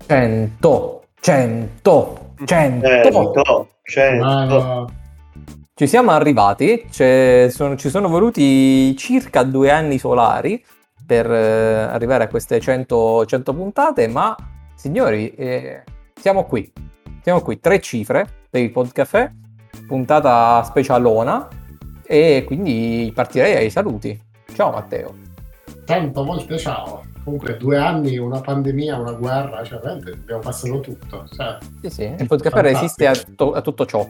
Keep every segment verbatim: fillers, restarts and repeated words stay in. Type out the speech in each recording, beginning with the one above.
cento, cento, cento, cento, cento. Ci siamo arrivati, cioè, sono, ci sono voluti circa due anni solari per eh, arrivare a queste cento, cento puntate, ma signori, eh, siamo qui, siamo qui, tre cifre per il Podcafé, puntata specialona, e quindi partirei ai saluti. Ciao Matteo. Cento volte ciao. Comunque due anni, una pandemia, una guerra, cioè veramente abbiamo passato tutto. Cioè, sì, sì, il Podcafé resiste a, to- a tutto ciò.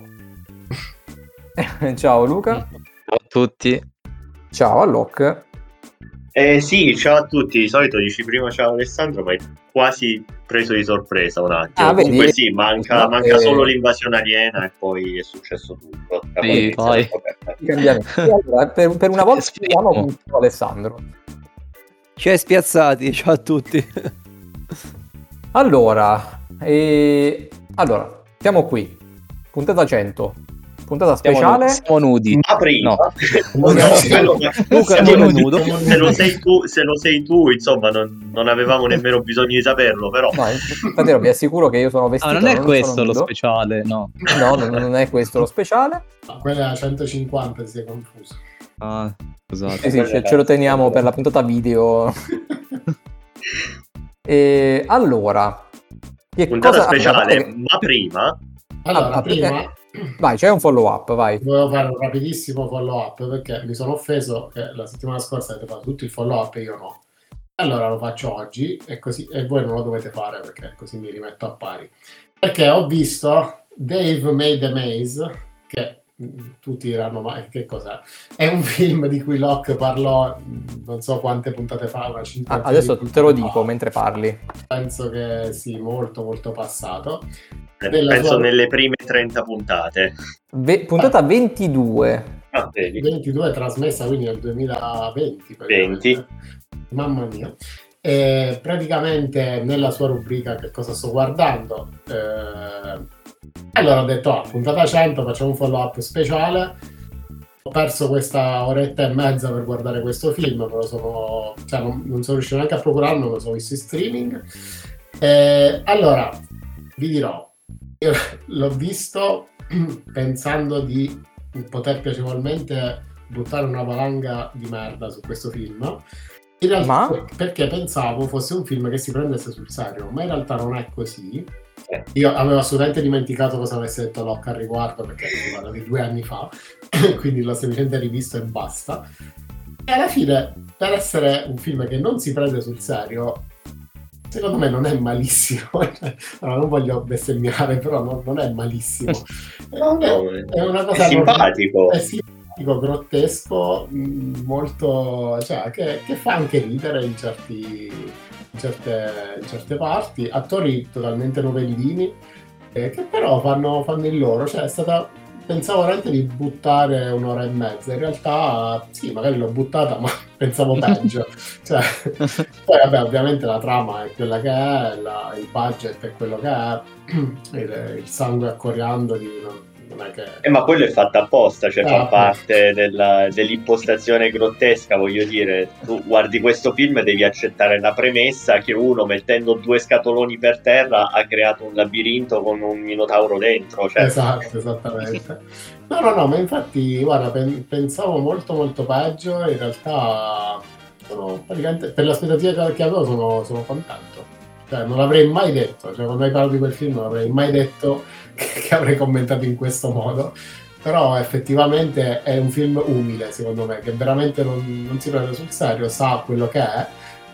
Ciao Luca. Ciao a tutti. Ciao Alok. Eh sì, ciao a tutti. Di solito dici prima ciao Alessandro, ma hai quasi preso di sorpresa un attimo. Ah, Comunque vedi? Sì, manca, no, manca eh... solo l'invasione aliena e poi è successo tutto. Sì, poi. Allora, per, per una volta speriamo con Alessandro. Ci hai spiazzati, ciao a tutti. Allora, e... allora, siamo qui. Puntata cento. Puntata speciale. Siamo, siamo nudi. Ma prima, no. no, quello, Luca, siamo nudo. Se lo sei tu, se lo sei tu, insomma, non, non avevamo nemmeno bisogno di saperlo, però. No, infatti vi assicuro che io sono vestito. No, non è non questo lo speciale, no. No, non, non è questo lo speciale. No, quella è centocinquanta, si è confuso. Ah, scusate. Sì, sì, ce, ce lo teniamo per la puntata video. E allora, che puntata cosa... speciale, allora, ma prima. Allora, ah, prima. Vai, c'è un follow up, vai. Volevo fare un rapidissimo follow up perché mi sono offeso che la settimana scorsa avete fatto tutto il follow up e io no. Allora lo faccio oggi e così e voi non lo dovete fare perché così mi rimetto a pari. Perché ho visto Dave Made a Maze, che tutti diranno ma che cos'è? È un film di cui Locke parlò non so quante puntate fa, una ah, adesso te lo dico fa. Mentre parli. Penso che sì, molto molto passato. Penso sua... nelle prime trenta puntate. Ve- puntata ah. ventidue. Ah, vedi. ventidue trasmessa quindi nel duemilaventi. venti. Mamma mia. E praticamente nella sua rubrica che cosa sto guardando, eh... allora ho detto ah, puntata cento, facciamo un follow up speciale. Ho perso questa oretta e mezza per guardare questo film, però sono, cioè, non, non sono riuscito neanche a procurarlo, lo sono visto in streaming. E allora vi dirò, io l'ho visto pensando di poter piacevolmente buttare una valanga di merda su questo film. In realtà, ma? Perché pensavo fosse un film che si prendesse sul serio, ma in realtà non è così. Io avevo assolutamente dimenticato cosa avesse detto Locke al riguardo perché si parla di due anni fa, quindi l'ho semplicemente rivisto e basta. E alla fine, per essere un film che non si prende sul serio, secondo me non è malissimo. Allora, non voglio bestemmiare, però non, non è malissimo. No, no, è, è una cosa è simpatico. È simpatico, grottesco, molto, cioè, che, che fa anche ridere in certi... In certe, in certe parti, attori totalmente novellini eh, che però fanno, fanno il loro, cioè è stata, pensavo veramente di buttare un'ora e mezza, in realtà sì, magari l'ho buttata ma pensavo peggio, cioè, poi vabbè ovviamente la trama è quella che è, la, il budget è quello che è, il, il sangue a coriandoli non, non è che... Eh, ma quello è fatto apposta, cioè ah, fa parte della, dell'impostazione grottesca, voglio dire, tu guardi questo film e devi accettare la premessa che uno mettendo due scatoloni per terra ha creato un labirinto con un minotauro dentro, cioè... Esatto, esattamente. No, no, no, ma infatti, guarda, pen- pensavo molto molto peggio, in realtà sono praticamente, per le aspettative che avevo sono, sono contento. Cioè, non l'avrei mai detto, cioè quando hai parlato di quel film non avrei mai detto che, che avrei commentato in questo modo, però effettivamente è un film umile secondo me, che veramente non, non si prende sul serio, sa quello che è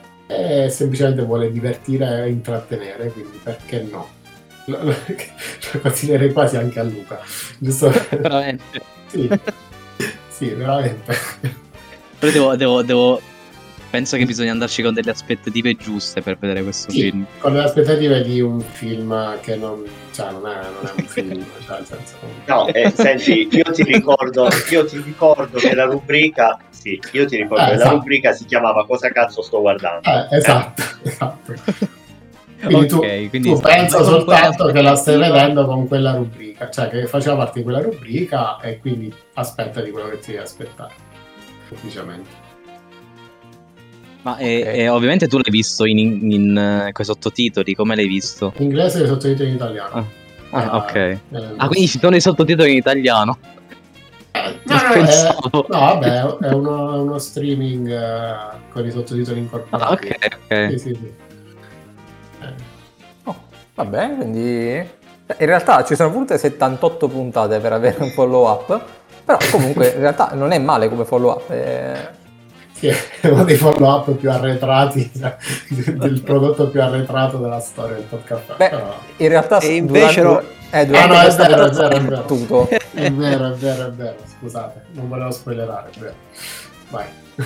e semplicemente vuole divertire e intrattenere, quindi perché no? Lo, lo, lo consiglierei quasi anche a Luca, giusto? Veramente? Sì, sì, veramente. Però devo... devo, devo... penso che bisogna andarci con delle aspettative giuste per vedere questo sì, film. Con le aspettative di un film che non, cioè non, è, non è un film, cioè nel senso... No, eh, senti, io ti ricordo, io ti ricordo che la rubrica, sì, io ti ricordo eh, che esatto. la rubrica si chiamava Cosa cazzo sto guardando? Eh, esatto, eh. esatto. Quindi okay, tu, quindi tu pensa soltanto che la stai aspettativa. vedendo con quella rubrica, cioè che faceva parte di quella rubrica e quindi aspetta di quello che ti devi aspettare, semplicemente. Ma e, Ok. e ovviamente tu l'hai visto in, in, in eh, coi sottotitoli, come l'hai visto? In inglese e sottotitoli in italiano. Ah, ah, Eh, ok. eh, Ah, quindi ci sono i sottotitoli in italiano. Eh, no, Non no, è, pensavo. no, vabbè, è uno, è uno streaming eh, con i sottotitoli Ah, incorporati. ok, ok. Sì, sì, sì. Eh, Oh, va bene, quindi in realtà ci sono volute settantotto puntate per avere un follow up, però comunque in realtà non è male come follow up. È... sì, è uno dei follow-up più arretrati, cioè, del prodotto più arretrato della storia del podcast. Beh, Però... in realtà E invece durante, no. eh, durante Ah, no, è questa vero, è puntata vero, è è vero. battuto. È vero, è vero, è vero. Scusate, non volevo spoilerare, è vero. Vai.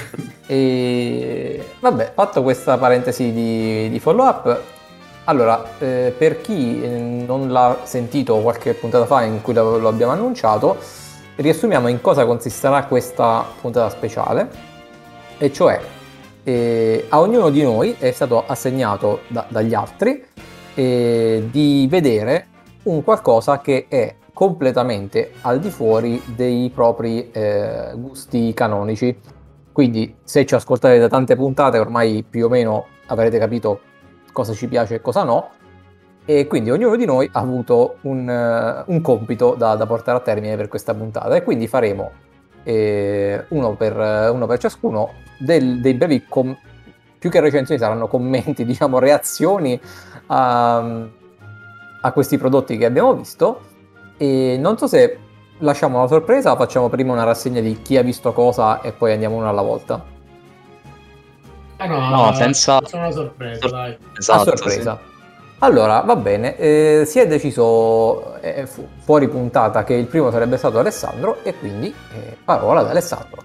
E vabbè, fatto questa parentesi di, di follow up, allora eh, per chi eh, non l'ha sentito qualche puntata fa in cui lo, lo abbiamo annunciato, riassumiamo in cosa consisterà questa puntata speciale, e cioè eh, a ognuno di noi è stato assegnato da- dagli altri eh, di vedere un qualcosa che è completamente al di fuori dei propri eh, gusti canonici. Quindi se ci ascoltate da tante puntate ormai più o meno avrete capito cosa ci piace e cosa no, e quindi ognuno di noi ha avuto un, eh, un compito da, da portare a termine per questa puntata, e quindi faremo eh, uno, per, uno per ciascuno del- dei brevi com- più che recensioni saranno commenti, diciamo reazioni a, a questi prodotti che abbiamo visto. E non so se lasciamo una sorpresa o facciamo prima una rassegna di chi ha visto cosa e poi andiamo uno alla volta. Ah, no, No, senza- facciamo una sorpresa, Sor- dai. A Esatto, sorpresa. Allora, va bene, eh, si è deciso eh, fu- fuori puntata che il primo sarebbe stato Alessandro, e quindi eh, parola ad Alessandro.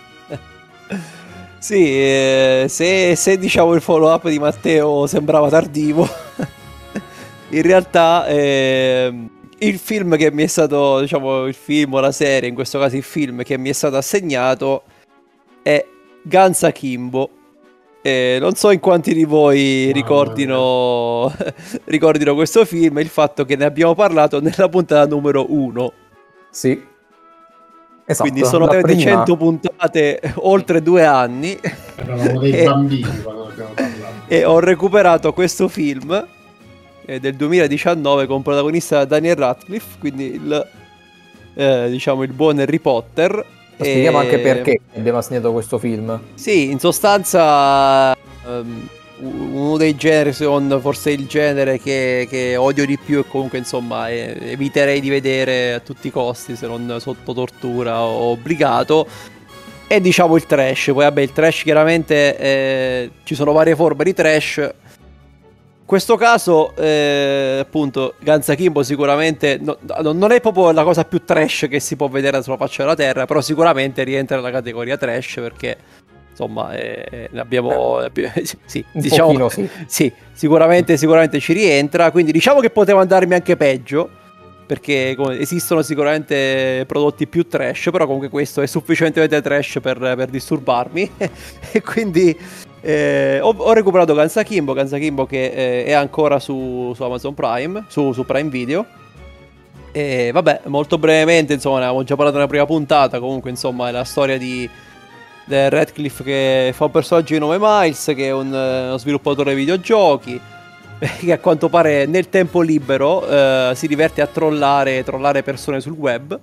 Sì, eh, se, se diciamo il follow up di Matteo sembrava tardivo, in realtà ehm, il film che mi è stato, diciamo il film o la serie, in questo caso il film che mi è stato assegnato è Guns Akimbo. Eh, non so in quanti di voi Mamma ricordino, ricordino questo film e il fatto che ne abbiamo parlato nella puntata numero uno. Sì. Esatto. Quindi sono la veramente prima- cento puntate, oltre due anni. Eravamo dei E- bambini quando abbiamo parlato. E ho recuperato questo film eh, del duemiladiciannove con protagonista Daniel Radcliffe, quindi il, eh, diciamo il buon Harry Potter. Spieghiamo E- anche perché abbiamo assegnato questo film. Sì, in sostanza ehm, uno dei generi, secondo forse il genere che, che odio di più, e comunque insomma eh, eviterei di vedere a tutti i costi, se non sotto tortura o obbligato, è diciamo il trash. Poi vabbè, il trash chiaramente eh, ci sono varie forme di trash. In questo caso eh, appunto Guns Akimbo sicuramente no- no- non è proprio la cosa più trash che si può vedere sulla faccia della terra, però sicuramente rientra nella categoria trash, perché insomma eh, ne abbiamo sì, Un diciamo, pochino sì. sì, sicuramente sicuramente ci rientra, quindi diciamo che poteva andarmi anche peggio, perché come- esistono sicuramente prodotti più trash, però comunque questo è sufficientemente trash per, per disturbarmi e quindi eh, ho, ho recuperato Guns Akimbo, Guns Akimbo che eh, è ancora su, su Amazon Prime, su, su Prime Video. E vabbè, molto brevemente, insomma, ne avevamo già parlato nella prima puntata. Comunque, insomma, è la storia di del Radcliffe, che fa un personaggio di nome Miles, che è un, eh, uno sviluppatore di videogiochi, che a quanto pare nel tempo libero eh, si diverte a trollare, trollare persone sul web.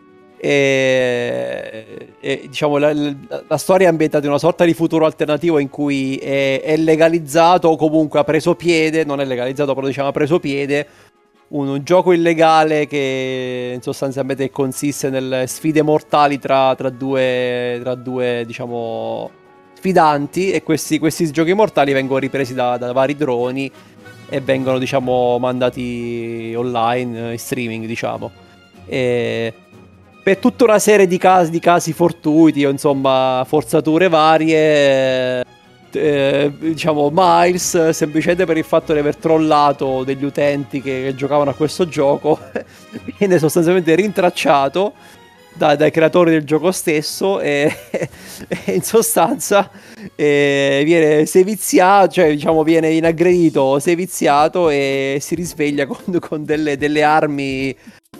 E, e, diciamo la, la- la storia è ambientata in una sorta di futuro alternativo in cui è, è legalizzato, o comunque ha preso piede, non è legalizzato però diciamo ha preso piede un, un gioco illegale che in sostanzialmente consiste nelle sfide mortali tra, tra due tra due diciamo sfidanti, e questi, questi giochi mortali vengono ripresi da, da vari droni e vengono diciamo mandati online, in streaming diciamo. E per tutta una serie di casi, di casi fortuiti o insomma forzature varie, eh, diciamo Miles, semplicemente per il fatto di aver trollato degli utenti che, che giocavano a questo gioco, viene sostanzialmente rintracciato da- dai creatori del gioco stesso e, e in sostanza eh, viene seviziato, cioè diciamo viene inaggredito, seviziato, e si risveglia con, con delle, delle armi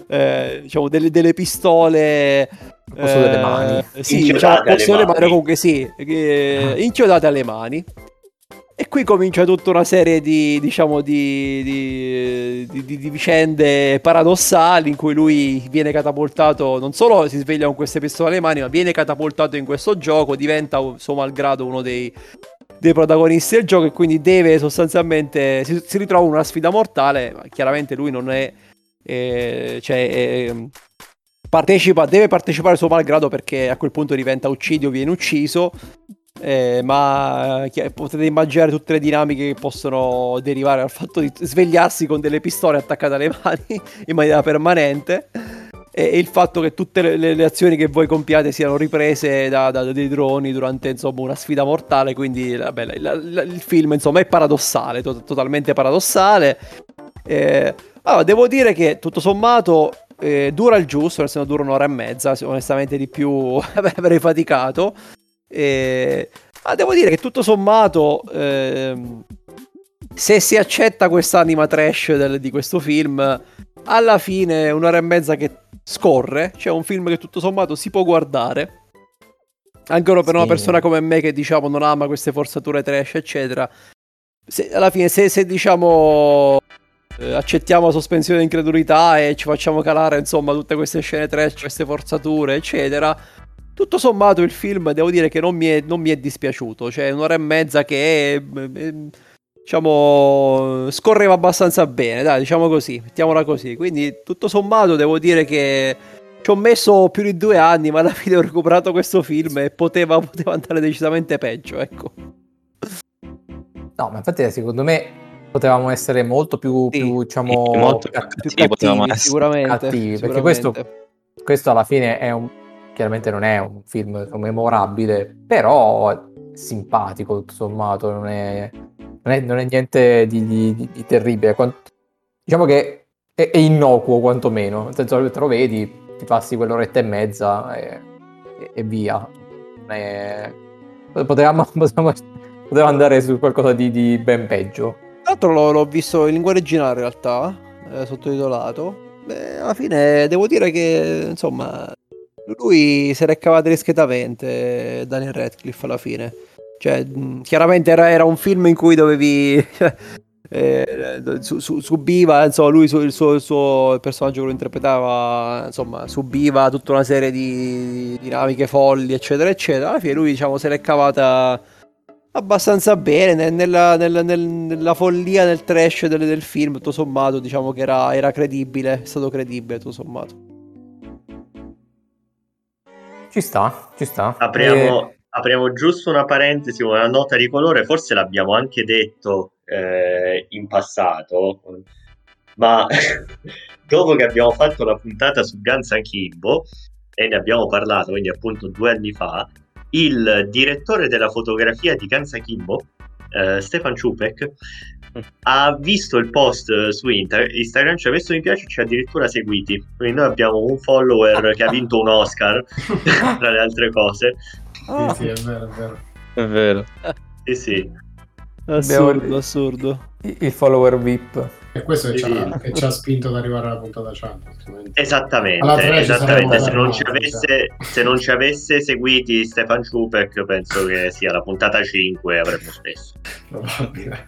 eh, diciamo delle, delle pistole al posto delle mani. eh, sì, Inchiodate diciamo, al posto alle delle mani, mani. comunque sì, eh, inchiodate alle mani. E qui comincia tutta una serie di, diciamo, di, di, di, di- di vicende paradossali in cui lui viene catapultato, non solo si sveglia con queste pistole alle mani, ma viene catapultato in questo gioco, diventa suo malgrado uno dei, dei protagonisti del gioco e quindi deve sostanzialmente, si, si ritrova in una sfida mortale, ma chiaramente lui non è, eh, cioè, eh, partecipa, deve partecipare suo malgrado perché a quel punto diventa uccidi o viene ucciso. Eh, ma chi- potete immaginare tutte le dinamiche che possono derivare dal fatto di svegliarsi con delle pistole attaccate alle mani in maniera permanente e, e il fatto che tutte le, le- le azioni che voi compiate siano riprese da, da- dei droni durante insomma una sfida mortale. Quindi vabbè, la- la- la- il film insomma è paradossale, to- totalmente paradossale. Eh, allora, devo dire che tutto sommato eh, dura il giusto, nel senso dura un'ora e mezza, onestamente di più avrei faticato. Eh, ma devo dire che tutto sommato, ehm, se si accetta quest'anima trash del- di questo film, alla fine un'ora e mezza che scorre, cioè un film che tutto sommato si può guardare. Anche per una Sì. persona come me che diciamo non ama queste forzature trash, eccetera. Se, alla fine, se, se diciamo eh, accettiamo la sospensione di incredulità e ci facciamo calare insomma tutte queste scene trash, queste forzature, eccetera. Tutto sommato il film devo dire che non mi è, non mi è dispiaciuto, cioè un'ora e mezza che eh, eh, diciamo scorreva abbastanza bene, dai, diciamo così, mettiamola così. Quindi tutto sommato devo dire che ci ho messo più di due anni, ma alla fine ho recuperato questo film e poteva, poteva andare decisamente peggio, ecco. No, ma infatti secondo me potevamo essere molto più, Sì. più diciamo, Sì, molto cat- più Più potevamo cattivi, essere. sicuramente. cattivi, perché sicuramente. questo, questo alla fine è un, chiaramente non è un film memorabile, però è simpatico tutto sommato, non è, non è, non è niente di, di- di- di terribile. Quan- diciamo che è, è innocuo quantomeno, nel senso che te lo vedi, ti passi quell'oretta e mezza e, e- e via. Non è- potevamo, potevamo, poteva andare su qualcosa di, di ben peggio. Tra l'altro l'ho, l'ho visto in lingua originale in realtà, eh, sottotitolato. Beh, alla fine devo dire che insomma lui se l'è cavata discretamente, Daniel Radcliffe alla fine. Cioè, mh, chiaramente era, era un film in cui dovevi eh, su- su- subiva, insomma, lui su- il suo, il suo il personaggio che lo interpretava, insomma, subiva tutta una serie di, di dinamiche folli, eccetera, eccetera. Alla fine lui, diciamo, se l'è cavata abbastanza bene nel- nella, nel- nel- nella follia, nel trash del, del film. Tutto sommato, diciamo che era, era credibile, è stato credibile, tutto sommato. Ci sta, ci sta. Apriamo, E- apriamo giusto una parentesi, una nota di colore, forse l'abbiamo anche detto eh, in passato, ma dopo che abbiamo fatto la puntata su Guns Akimbo e ne abbiamo parlato, quindi appunto due anni fa, il direttore della fotografia di Guns Akimbo, eh, Stefan Čupek, ha visto il post su Inter- Instagram, ci ha messo mi piace e ci ha addirittura seguiti. Quindi noi abbiamo un follower che ha vinto un Oscar, tra le altre cose. Sì, sì, è vero, è vero. È vero. Sì, sì. Assurdo, Abbiamo- assurdo. il follower V I P. E questo che Sì. ci ha, che ci ha spinto ad arrivare alla puntata cento. altrimenti- Esattamente, Alla tre ci esattamente. saremmo Se non, ci fermati, avesse, se non ci avesse seguiti Stefan Čupek, penso che sia la puntata cinque avremmo spesso. Probabile.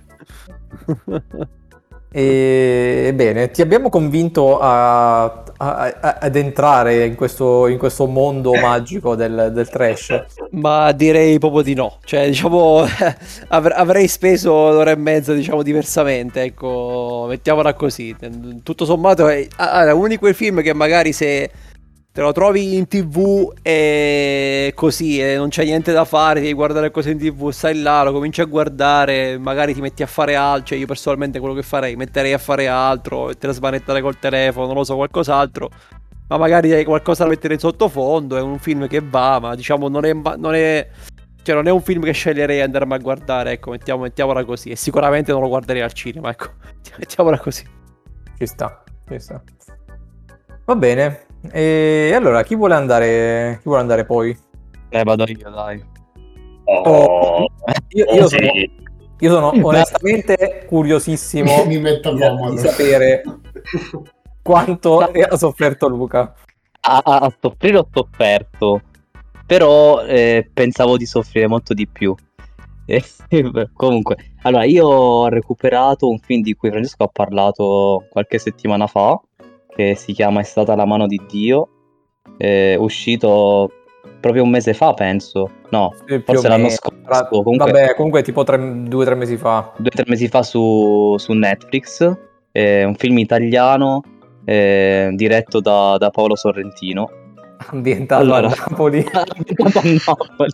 E bene, ti abbiamo convinto a, a- a- ad entrare in questo, in questo mondo magico del, del trash. Ma direi proprio di no. Cioè, diciamo, avr- avrei speso l'ora e mezza, diciamo, diversamente. Ecco, mettiamola così. Tutto sommato è ah, è uno di quei film che magari se te lo trovi in tv e così e non c'è niente da fare, devi guardare cose in tv, stai là, lo cominci a guardare, magari ti metti a fare altro. Cioè, io personalmente quello che farei, metterei a fare altro, te la smanettare col telefono, non lo so, qualcos'altro. Ma magari hai qualcosa da mettere in sottofondo, è un film che va, ma diciamo non è, non è, cioè non è un film che sceglierei di andarmi a guardare, ecco, mettiamo, mettiamola così. E sicuramente non lo guarderei al cinema, ecco, mettiamola così. Ci sta, ci sta. Va bene. E allora, chi vuole andare, chi vuole andare poi? Eh, vado io, dai. Oh, Io, oh, io sì. sono, io sono onestamente curiosissimo Mi metto di, comodo. di sapere quanto ha sofferto Luca. A, a, a soffrire ho sofferto, però eh, pensavo di soffrire molto di più. Eh, comunque, allora io ho recuperato un film di cui Francesco ha parlato qualche settimana fa, che si chiama È stata la mano di Dio, è uscito proprio un mese fa, penso. No, Sì, più forse o l'anno meno. scorso. Tra- Comunque, Vabbè, comunque tipo tre- due o tre mesi fa. due o tre mesi fa su, su Netflix. È un film italiano eh, diretto da, da Paolo Sorrentino. Ambientato Allora, a Napoli. ambientato a Napoli.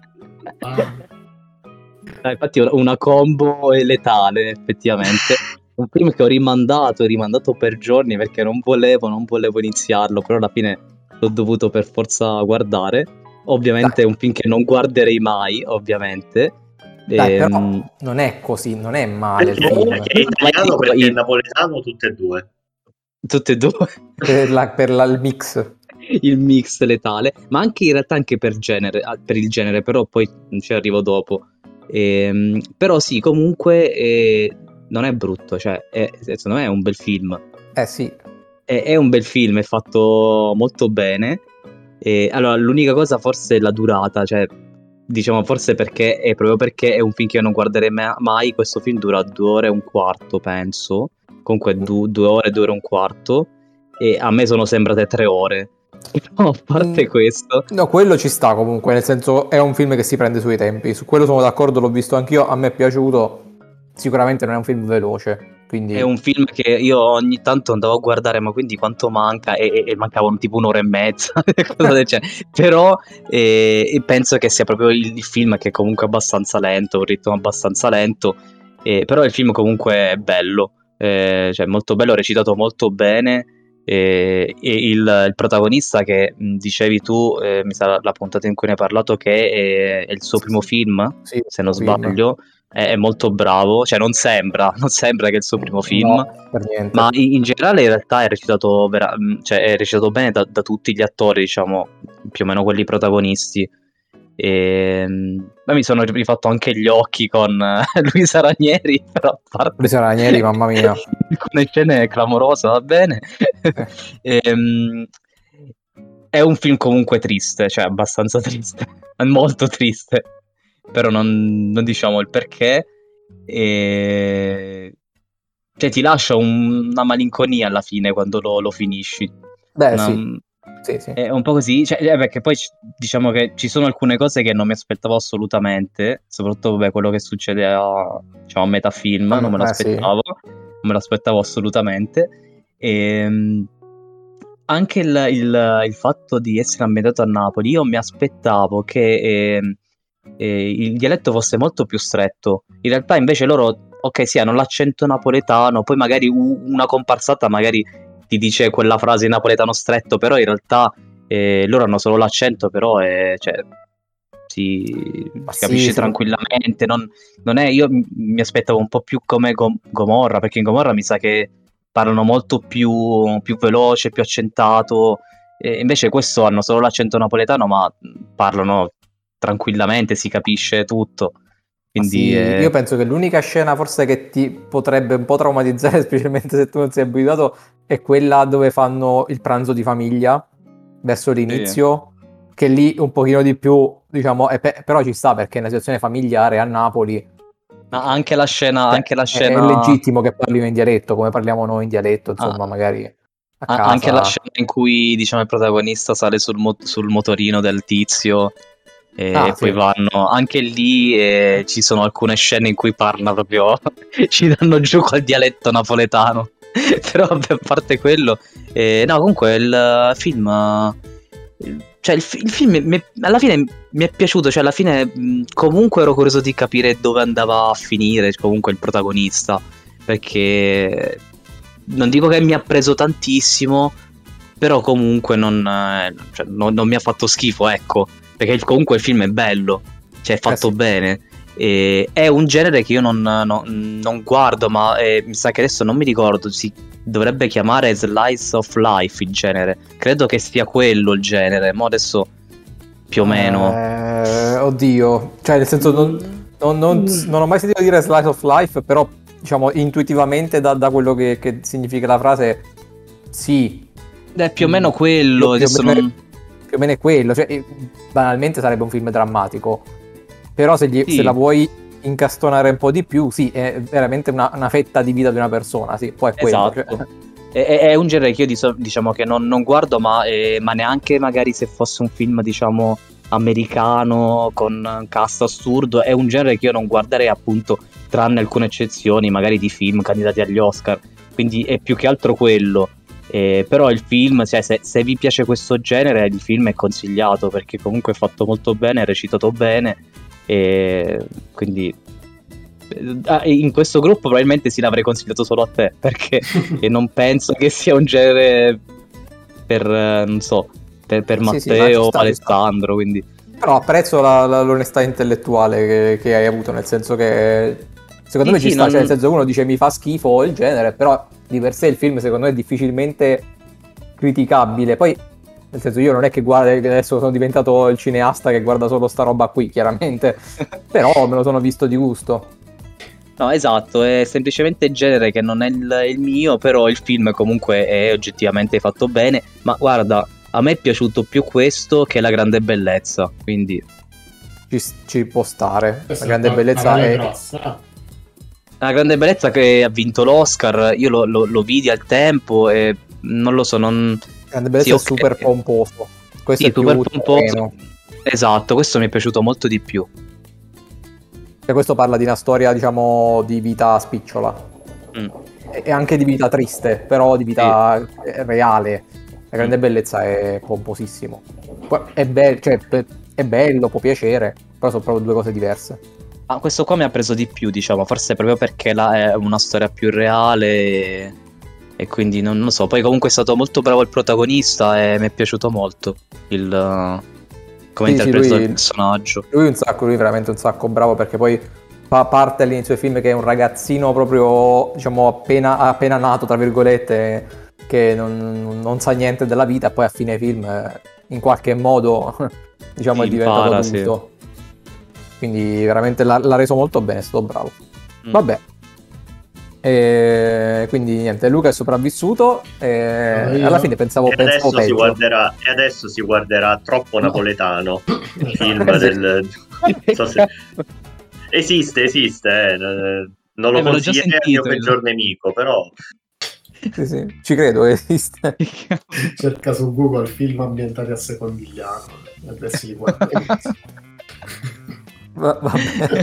Eh, infatti è una combo letale, effettivamente. Un film che ho rimandato e rimandato per giorni perché non volevo, non volevo iniziarlo, però alla fine l'ho dovuto per forza guardare. Ovviamente Dai. è un film che non guarderei mai, ovviamente. Dai, però Ehm, non è così, non è male il Perché film. è italiano, dico, perché è il- napoletano, tutte e due. Tutte e due. Per, la- per la- il mix. Il mix letale, ma anche in realtà anche per genere, ah, per il genere, però poi ci arrivo dopo. Ehm, però sì, comunque eh, non è brutto, cioè è, secondo me è un bel film. Eh sì. È, è un bel film, è fatto molto bene. E, allora, l'unica cosa forse è la durata, cioè diciamo forse perché è proprio perché è un film che io non guarderei ma- mai. Questo film dura due ore e un quarto, penso. Comunque du- due ore, due ore e un quarto. E a me sono sembrate tre ore. No, a parte Mm, questo, No, quello ci sta comunque, nel senso è un film che si prende sui tempi. Su quello sono d'accordo, l'ho visto anch'io, a me è piaciuto. Sicuramente non è un film veloce, quindi è un film che io ogni tanto andavo a guardare, ma quindi quanto manca? E, e- e mancavano tipo un'ora e mezza, cosa del genere. Però eh, penso che sia proprio il, il film che è comunque abbastanza lento, un ritmo abbastanza lento, eh, però il film comunque è bello, eh, cioè molto bello, recitato molto bene. eh, E il, il protagonista che mh, dicevi tu, eh, mi sa la puntata in cui ne hai parlato, che è, è il suo primo film, sì, se non film. sbaglio, è, è molto bravo, cioè non sembra, non sembra che è il suo primo film, No, per niente. ma in, in generale in realtà è recitato, vera- mh, cioè, è recitato bene da, da tutti gli attori, diciamo, più o meno quelli protagonisti. E, mh, ma mi sono rifatto anche gli occhi con eh, Luisa Ranieri, però a parte Luisa Ranieri, mamma mia. alcune scene clamorose, va bene. E, mh, è un film comunque triste, cioè abbastanza triste, è molto triste, però non, non diciamo il perché. E... Cioè ti lascia un- una malinconia alla fine quando lo, lo finisci. Beh, Una- sì. Sì, sì. È un po' così, cioè, eh, perché poi c- diciamo che ci sono alcune cose che non mi aspettavo assolutamente, soprattutto vabbè, quello che succede a, diciamo, a metà film, non me lo Eh, sì. aspettavo, non me lo aspettavo assolutamente. E, anche il, il- il fatto di essere ambientato a Napoli, io mi aspettavo che ehm, eh, il dialetto fosse molto più stretto. In realtà invece loro, ok, sì, hanno l'accento napoletano, poi magari u- una comparsata magari ti dice quella frase in napoletano stretto, però in realtà eh, loro hanno solo l'accento, però è, cioè, si, Ma si sì, capisce sì. tranquillamente. Non, non è, io m- mi aspettavo un po' più come Gom- Gomorra, perché in Gomorra mi sa che parlano molto più, più veloce, più accentato. E invece questo hanno solo l'accento napoletano, ma parlano tranquillamente, si capisce tutto. Ma Quindi sì, eh, io penso che l'unica scena forse che ti potrebbe un po' traumatizzare, specialmente se tu non sei abituato, è quella dove fanno il pranzo di famiglia verso l'inizio, che lì un pochino di più, diciamo, è pe- però ci sta perché è una situazione familiare a Napoli. ma anche la scena, Cioè, anche la è, scena, è legittimo che parlino in dialetto, come parliamo noi in dialetto, ah, insomma, magari a a- anche la casa. scena in cui diciamo il protagonista sale sul, mo- sul motorino del tizio e Ah, poi sì. vanno anche lì e ci sono alcune scene in cui parla proprio ci danno giù col dialetto napoletano. Però vabbè, a parte quello eh, no, comunque il film eh, cioè il, fi- il film mi è- alla fine mi è piaciuto, cioè alla fine mh, comunque ero curioso di capire dove andava a finire comunque il protagonista, perché non dico che mi ha preso tantissimo, però comunque non, eh, cioè, non- non mi ha fatto schifo, ecco, perché il- comunque il film è bello, cioè è fatto Eh sì. bene. E è un genere che io non, no- non guardo, ma eh, mi sa che adesso non mi ricordo, si dovrebbe chiamare Slice of Life il genere. Credo che sia quello il genere, ma adesso più o meno. Eh, oddio, cioè nel senso non, non- non- non ho mai sentito dire slice of life, però diciamo intuitivamente da, da quello che, che significa la frase sì. È più o meno quello. Più, più, adesso o meno, non... più o meno è quello. Cioè, eh, banalmente sarebbe un film drammatico. Però se, gli, Sì. se la vuoi incastonare un po' di più, sì, è veramente una, una fetta di vita di una persona. Sì, poi è quello. Esatto. Cioè. È, è un genere che io diso- diciamo che non, non guardo, ma, eh, ma neanche magari se fosse un film, diciamo, americano con un cast assurdo, è un genere che io non guarderei, appunto, tranne alcune eccezioni, magari di film candidati agli Oscar. Quindi è più che altro quello. Eh, però il film, cioè, se, se vi piace questo genere di film è consigliato, perché comunque è fatto molto bene, è recitato bene, e quindi eh, in questo gruppo probabilmente sì, l'avrei consigliato solo a te, perché non penso che sia un genere per, eh, non so, per, per Sì, sì, Matteo ma ci o sta, ci Alessandro, quindi Però apprezzo la, la- l'onestà intellettuale che, che hai avuto, nel senso che secondo Sì, me ci sì, sta, non- cioè nel senso uno dice mi fa schifo il genere, però di per sé il film secondo me è difficilmente criticabile. Poi nel senso io non è che guarda, adesso sono diventato il cineasta che guarda solo sta roba qui, chiaramente, però me lo sono visto di gusto. no, esatto, è semplicemente il genere che non è il, il mio, però il film comunque è oggettivamente fatto bene, ma guarda, a me è piaciuto più questo che La grande bellezza, quindi Ci, ci può stare, Questa la grande è una bellezza parola è... grossa. Ah, La grande bellezza che ha vinto l'Oscar, io lo, lo- lo vidi al tempo e non lo so, non... La grande bellezza Sì, è ok. super pomposo, questo Sì, è più super pomposo. terreno. Esatto, questo mi è piaciuto molto di più. Cioè, questo parla di una storia, diciamo, di vita spicciola. Mm. E anche di vita triste, però di vita eh, reale. La grande Mm. bellezza è pomposissimo. Poi È, be- cioè, pe- è bello, può piacere, però sono proprio due cose diverse. Ma questo qua mi ha preso di più, diciamo, forse proprio perché la, è una storia più reale e, e quindi non lo so. Poi comunque è stato molto bravo il protagonista e mi è piaciuto molto il, uh, come Sì, sì, interpretato lui- il personaggio. Lui un sacco, lui veramente un sacco bravo, perché poi fa parte all'inizio del film che è un ragazzino proprio, diciamo, appena, appena nato, tra virgolette, che non, non sa niente della vita, e poi a fine film eh, in qualche modo, diciamo, Sì, è diventato impara, sì. adulto. Quindi veramente l'ha, l'ha reso molto bene, è stato bravo. Mm. Vabbè. E quindi niente, Luca è sopravvissuto e Sono io. alla fine pensavo, E pensavo adesso, si peggio. guarderà, e adesso si guarderà Troppo Napoletano, il film Sì. del... non so se- Esiste, esiste, eh, n- non lo Eh, me l'ho già consiglierei al mio sentito, il- peggior nemico, però... Sì, sì, ci credo che esiste. cerca su Google film ambientati a Secondigliano e adesso li guarda. Va- vabbè.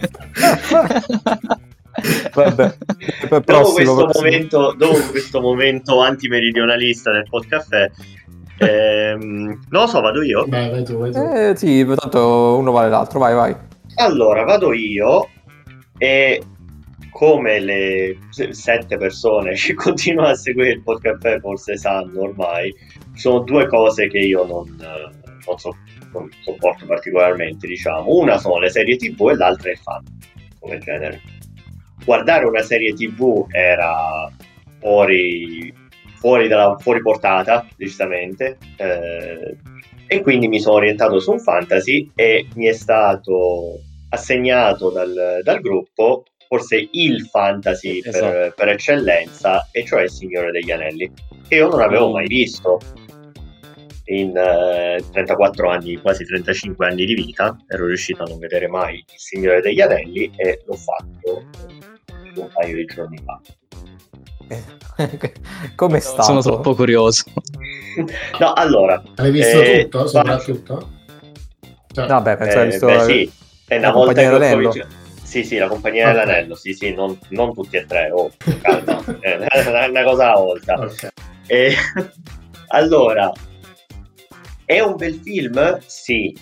Vabbè. Poi Dopo, prossimo, questo prossimo. momento, dopo questo momento antimeridionalista del podcaffè, ehm, non lo so, vado io? Beh, vai tu, vai tu. Eh sì, tanto uno vale l'altro, vai, vai. Allora, vado io e come le se- sette persone che continuano a seguire il podcast forse sanno ormai, ci sono due cose che io non, eh, non, so- non sopporto particolarmente, diciamo. Una sono le serie tv e l'altra è il fan, come genere. Guardare una serie tv era fuori, fuori, dalla, fuori portata, decisamente, eh, e quindi mi sono orientato su un fantasy e mi è stato assegnato dal, dal gruppo forse il fantasy per, Esatto. per eccellenza, e cioè Il Signore degli Anelli, che io non avevo mai visto in eh, trentaquattro anni, quasi trentacinque anni di vita. Ero riuscito a non vedere mai Il Signore degli Anelli e l'ho fatto eh, un paio di giorni fa. Com'è stato? Sono troppo curioso. No, allora, Hai visto eh, tutto, soprattutto? Cioè, Vabbè, penso eh, hai visto beh, sì, è una la volta Compagnia che ho dell'Anello. cominciato. Sì, sì, la Compagnia Ok. dell'Anello, sì, sì, non, non tutti e tre, oh, calma, è una, una cosa alla volta. Ok. E, allora, è un bel film? Sì.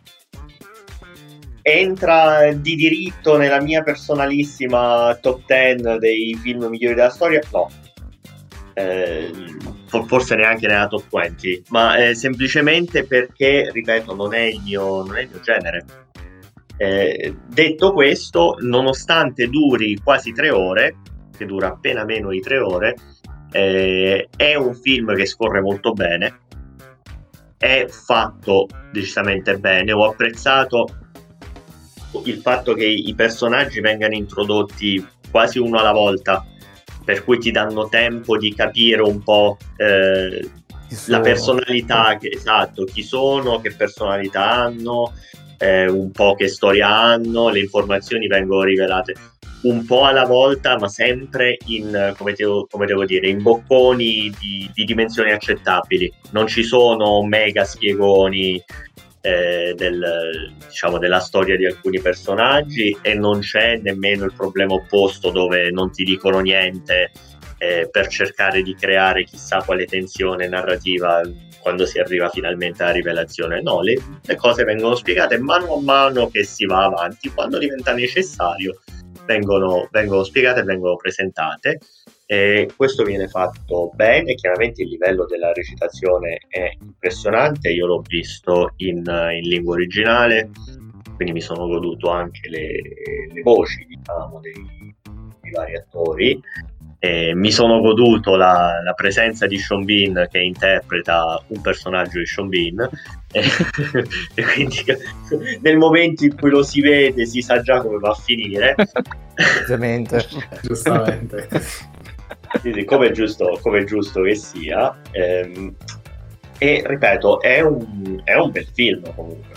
Entra di diritto nella mia personalissima top dieci dei film migliori della storia? No. Eh, for- forse neanche nella top venti, ma eh, semplicemente perché, ripeto, non è il mio, non è il mio genere. Eh, detto questo, nonostante duri quasi tre ore, che dura appena meno di tre ore, eh, è un film che scorre molto bene, è fatto decisamente bene. Ho apprezzato il fatto che i personaggi vengano introdotti quasi uno alla volta, per cui ti danno tempo di capire un po' eh, la personalità, che, esatto, chi sono, che personalità hanno, eh, un po' che storia hanno, le informazioni vengono rivelate un po' alla volta, ma sempre in, come devo, come devo dire, in bocconi di, di dimensioni accettabili. Non ci sono mega spiegoni eh, del, diciamo, della storia di alcuni personaggi, e non c'è nemmeno il problema opposto dove non ti dicono niente eh, per cercare di creare chissà quale tensione narrativa quando si arriva finalmente alla rivelazione. No, le, le cose vengono spiegate mano a mano che si va avanti, quando diventa necessario vengono, vengono spiegate e vengono presentate, e questo viene fatto bene. Chiaramente il livello della recitazione è impressionante, io l'ho visto in, in lingua originale, quindi mi sono goduto anche le, le voci, diciamo, dei, dei vari attori. E mi sono goduto la, la presenza di Sean Bean, che interpreta un personaggio di Sean Bean, e, e quindi nel momento in cui lo si vede si sa già come va a finire. Ovviamente. Giustamente. Sì, sì, come è giusto, come è giusto che sia. Ehm, e ripeto, è un, è un bel film comunque.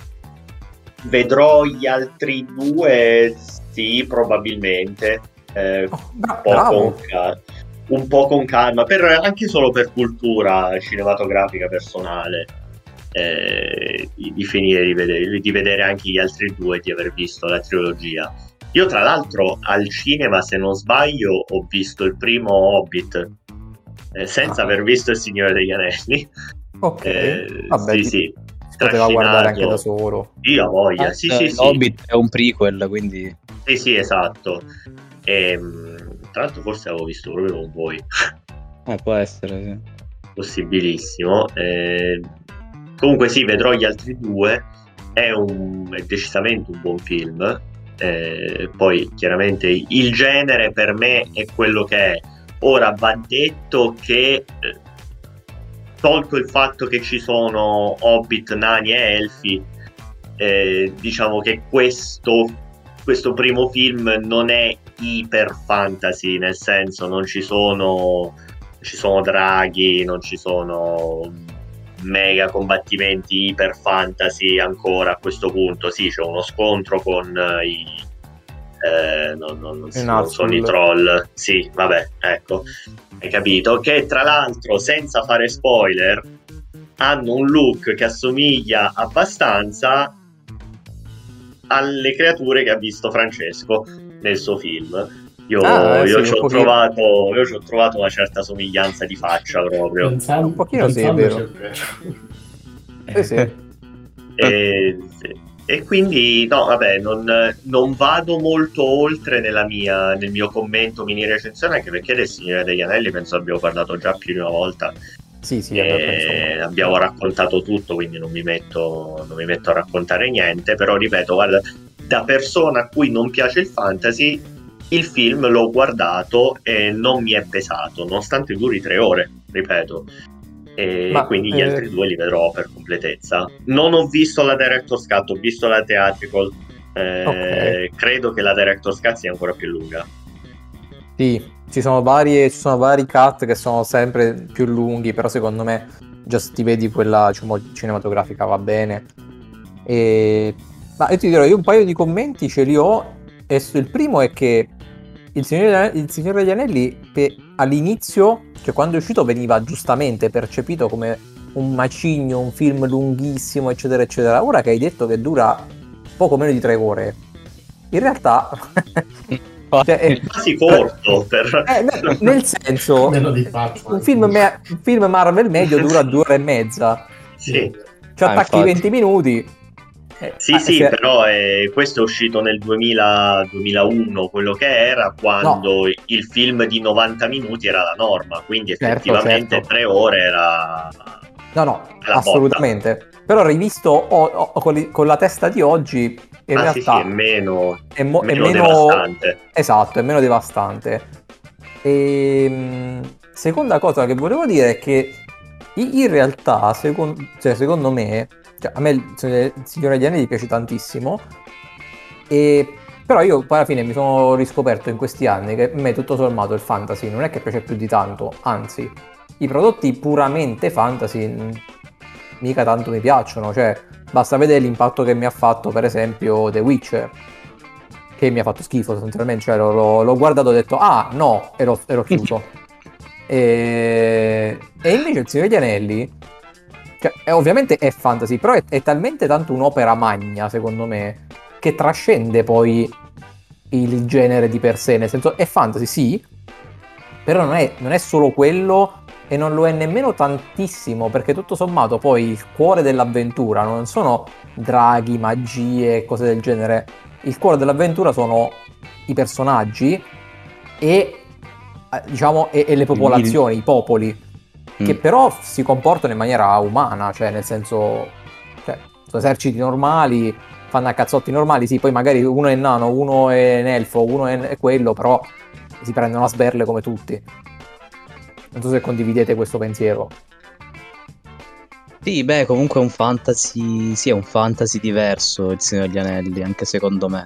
Vedrò gli altri due? Sì, probabilmente. Eh, Oh, un, bra- po bravo. con cal- un po' con calma, per, anche solo per cultura cinematografica personale, eh, di, di finire di vedere, di vedere anche gli altri due, di aver visto la trilogia. Io tra l'altro al cinema, se non sbaglio, ho visto il primo Hobbit, eh, senza Ah. aver visto Il Signore degli Anelli. Ok, Eh, vabbè, sì, ti- sì, si poteva guardare anche da trascinato. solo. Io ho voglia, Ah, sì, eh, sì, sì. Hobbit è un prequel, quindi Sì, sì, esatto. E, tra l'altro forse avevo visto proprio con voi. eh, può essere, sì. Possibilissimo. Eh, comunque sì, vedrò gli altri due. È, un, è decisamente un buon film. Eh, poi chiaramente il genere per me è quello che è. Ora va detto che eh, tolto il fatto che ci sono hobbit, nani e elfi, eh, diciamo che questo, questo primo film non è iper fantasy, nel senso non ci sono, ci sono draghi, non ci sono mega combattimenti iper fantasy ancora a questo punto. Sì, c'è uno scontro con eh, i eh, non, non, non, I non sono i Nazgûl. troll, sì, vabbè, ecco, hai capito, che tra l'altro, senza fare spoiler, hanno un look che assomiglia abbastanza alle creature che ha visto Francesco nel suo film. Io, Ah, eh, io sì, ci un ho pochino. trovato, io ci ho trovato una certa somiglianza di faccia proprio. Pensando, Un pochino sì, è pensandoci vero. è vero. Sì, sì. E, e quindi no, vabbè, non, non vado molto oltre nella mia, nel mio commento mini recensione, anche perché del Signore degli Anelli penso abbiamo parlato già più di una volta. Sì, sì, E vabbè, insomma. abbiamo raccontato tutto, quindi non mi metto non mi metto a raccontare niente. Però ripeto, guarda, da persona a cui non piace il fantasy, il film l'ho guardato e non mi è pesato, nonostante duri tre ore, ripeto. E Ma, quindi gli eh, altri due li vedrò per completezza. Non ho visto la Director's Cut, ho visto la Theatrical. Eh, Ok. credo che la Director's Cut sia ancora più lunga. Sì, ci sono varie, ci sono vari cut che sono sempre più lunghi, però secondo me già se ti vedi quella, diciamo, cinematografica va bene. E... Ma io ti dirò, io un paio di commenti ce li ho, e su- il primo è che il Signore, il Signore degli Anelli, che all'inizio, cioè quando è uscito, veniva giustamente percepito come un macigno, un film lunghissimo, eccetera, eccetera. Ora che hai detto che dura poco meno di tre ore, in realtà... cioè, è- Quasi corto per... eh, ne- nel senso, Meno di fatto. un film, me- un film Marvel medio dura due ore e mezza, Sì. ci Ah, attacchi infatti. venti minuti. eh, Sì, ah, sì, se- però eh, questo è uscito nel duemila, duemilauno, quello che era, quando il film di novanta minuti era la norma, quindi Certo, effettivamente certo. tre ore era No, no, la assolutamente. Però rivisto o- o- con, li- con la testa di oggi, in botta. Ah sì, sì, realtà è meno, è, mo- è meno meno devastante. Esatto, è meno devastante. E seconda cosa che volevo dire è che i- in realtà, secon- cioè, secondo me, cioè, a me il il Signore degli Anelli piace tantissimo, e Però io poi alla fine mi sono riscoperto in questi anni che a me tutto sommato il fantasy non è che piace più di tanto, anzi, i prodotti puramente fantasy mh, mica tanto mi piacciono, cioè basta vedere l'impatto che mi ha fatto per esempio The Witcher, che mi ha fatto schifo sostanzialmente, cioè l'ho, l'ho- l'ho guardato e ho detto ah no, e l'ho, e l'ho chiuso. e... e invece il Signore degli Anelli, cioè, è- ovviamente è fantasy, però è, è talmente tanto un'opera magna secondo me che trascende poi il genere di per sé, nel senso è fantasy sì, però non è, non è solo quello e non lo è nemmeno tantissimo, perché tutto sommato poi il cuore dell'avventura non sono draghi, magie e cose del genere, il cuore dell'avventura sono i personaggi e eh, diciamo e, e le popolazioni, i popoli, che Mm. però si comportano in maniera umana, cioè nel senso, cioè, sono eserciti normali, fanno a cazzotti normali, sì, poi magari uno è nano, uno è un elfo, uno è, è quello, però si prendono a sberle come tutti. Non so se condividete questo pensiero. Sì, beh, comunque è un fantasy, sì, è un fantasy diverso il Signore degli Anelli, anche secondo me.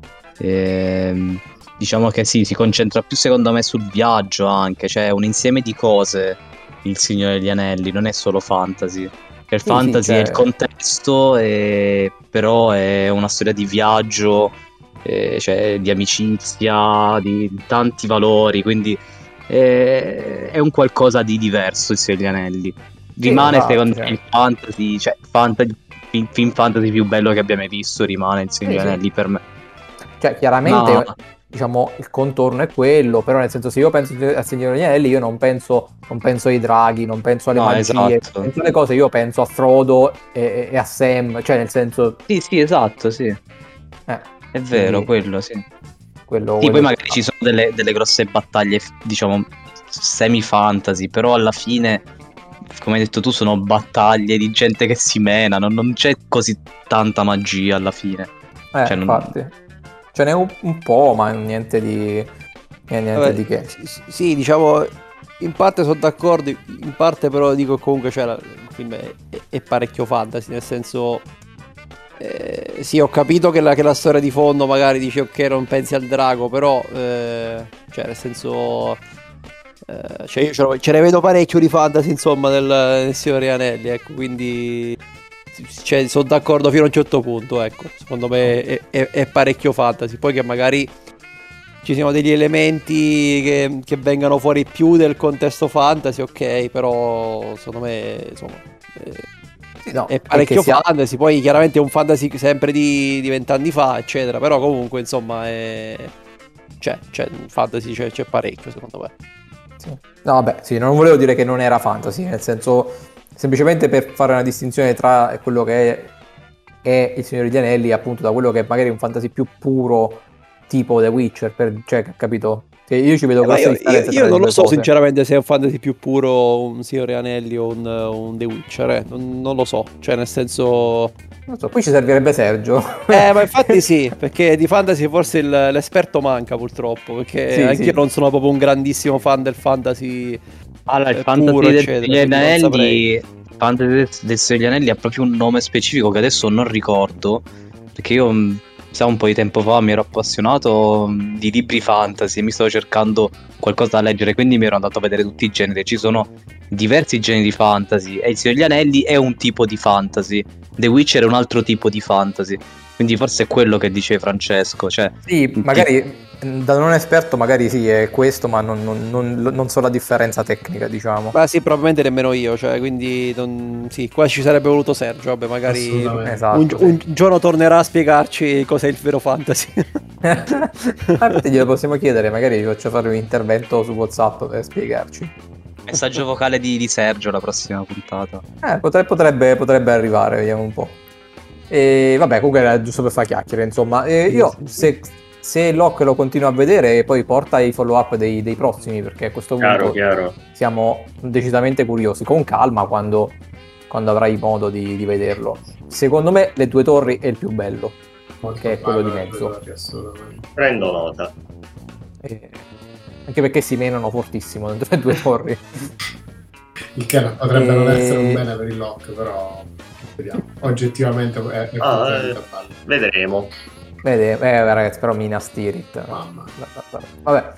Ehm, diciamo che sì, si concentra più secondo me sul viaggio anche, cioè è un insieme di cose il Signore degli Anelli, non è solo fantasy. Cioè, il Sì, sì, fantasy è il cioè- contesto, e- però è una storia di viaggio, eh, cioè di amicizia, di tanti valori, quindi eh, è un qualcosa di diverso il Signore degli Anelli. Sì, Rimane esatto, secondo cioè. me il fantasy, cioè fantasy, film, film fantasy più bello che abbiamo mai visto, rimane il Signore Sì, degli sì. Anelli per me. Cioè, chiaramente, Ma diciamo, il contorno è quello, però nel senso, se io penso al Signore degli Anelli, io non penso, non penso ai draghi, non penso alle no, magie, esatto. penso alle cose, io penso a Frodo e, e a Sam, cioè nel senso, Sì, sì, esatto, sì. eh, È vero, quindi quello, sì. quello, Sì, quello poi ci magari sta. ci sono delle, delle grosse battaglie, f- diciamo, semi-fantasy, però alla fine, come hai detto tu, sono battaglie di gente che si mena, non, non c'è così tanta magia alla fine. Eh, Cioè, non- infatti, ce n'è un, un po', ma niente di, niente Vabbè, di che. sì, sì, sì, diciamo, in parte sono d'accordo, in parte però dico comunque cioè, la- il film è, è- è parecchio fantasy, nel senso, eh, sì, ho capito che la, che la storia di fondo magari dice ok, non pensi al drago, però, eh, cioè, nel senso, eh, cioè io ce, lo- ce ne vedo parecchio di fantasy, insomma, nel, nel Signore degli Anelli, ecco, quindi, cioè, sono d'accordo fino a un certo punto, ecco, secondo me è, è- è parecchio fantasy, poi che magari ci siano degli elementi che, che vengano fuori più del contesto fantasy, ok, però secondo me insomma eh, Sì, no, è e che parecchio sia, fantasy, poi chiaramente è un fantasy sempre di di vent'anni fa, eccetera, però comunque insomma è... c'è, c'è un fantasy, c'è, c'è parecchio secondo me. sì. No, vabbè, sì, non volevo dire che non era fantasy, nel senso, semplicemente per fare una distinzione tra quello che è, è il Signore degli Anelli, appunto, da quello che è magari un fantasy più puro, tipo The Witcher, per, cioè, capito? Che io ci vedo Eh, ma grosse io, io- differenze io tra le non lo due so cose. sinceramente se è un fantasy più puro un Signore Anelli o un, un The Witcher, eh. non, non lo so, cioè nel senso... Non so, qui ci servirebbe Sergio. Eh, ma infatti sì, perché di fantasy forse il- l'esperto manca purtroppo, perché Sì, anche io sì. non sono proprio un grandissimo fan del fantasy Allora, il eh, fantasy puro, del eccetera, Signore degli quindi non saprei. Anelli, il fantasy del, del Signore degli Anelli ha proprio un nome specifico che adesso non ricordo, perché io, mh, sa, un po' di tempo fa mi ero appassionato mh, di libri fantasy e mi stavo cercando qualcosa da leggere, quindi mi ero andato a vedere tutti i generi. Ci sono diversi generi di fantasy e il Signore degli Anelli è un tipo di fantasy, The Witcher è un altro tipo di fantasy, quindi forse è quello che dice Francesco, cioè... Sì, un magari da non esperto magari sì è questo, ma non, non- non- non so la differenza tecnica, diciamo. Ma sì, probabilmente nemmeno io, cioè, quindi non... sì, qua ci sarebbe voluto Sergio, vabbè, magari Assolutamente. un, Esatto, sì. un giorno tornerà a spiegarci cos'è il vero fantasy. Ah, infatti glielo possiamo chiedere, magari vi faccio fare un intervento su WhatsApp per spiegarci. messaggio vocale di, di Sergio la prossima puntata. Eh, potre- potrebbe, potrebbe arrivare, vediamo un po'. E vabbè, comunque era giusto per fare chiacchiere, insomma. E Sì, io, sì, sì. se, se Locke lo continuo a vedere, poi porta i follow up dei, dei prossimi, perché a questo Chiaro, punto chiaro. siamo decisamente curiosi. Con calma, quando, quando avrai modo di, di vederlo. Secondo me, Le Due Torri è il più bello, Molto che è quello di bello, mezzo. bello, assolutamente. Prendo nota. E- anche perché si menano fortissimo dentro Le Due Torri. Il che non potrebbe non E- essere un bene per il Lock, però vediamo. Oggettivamente è, è Ah, effettivamente eh, bello. vedremo. Vede, eh, ragazzi, però Minas Tirith. Mamma. Vabbè.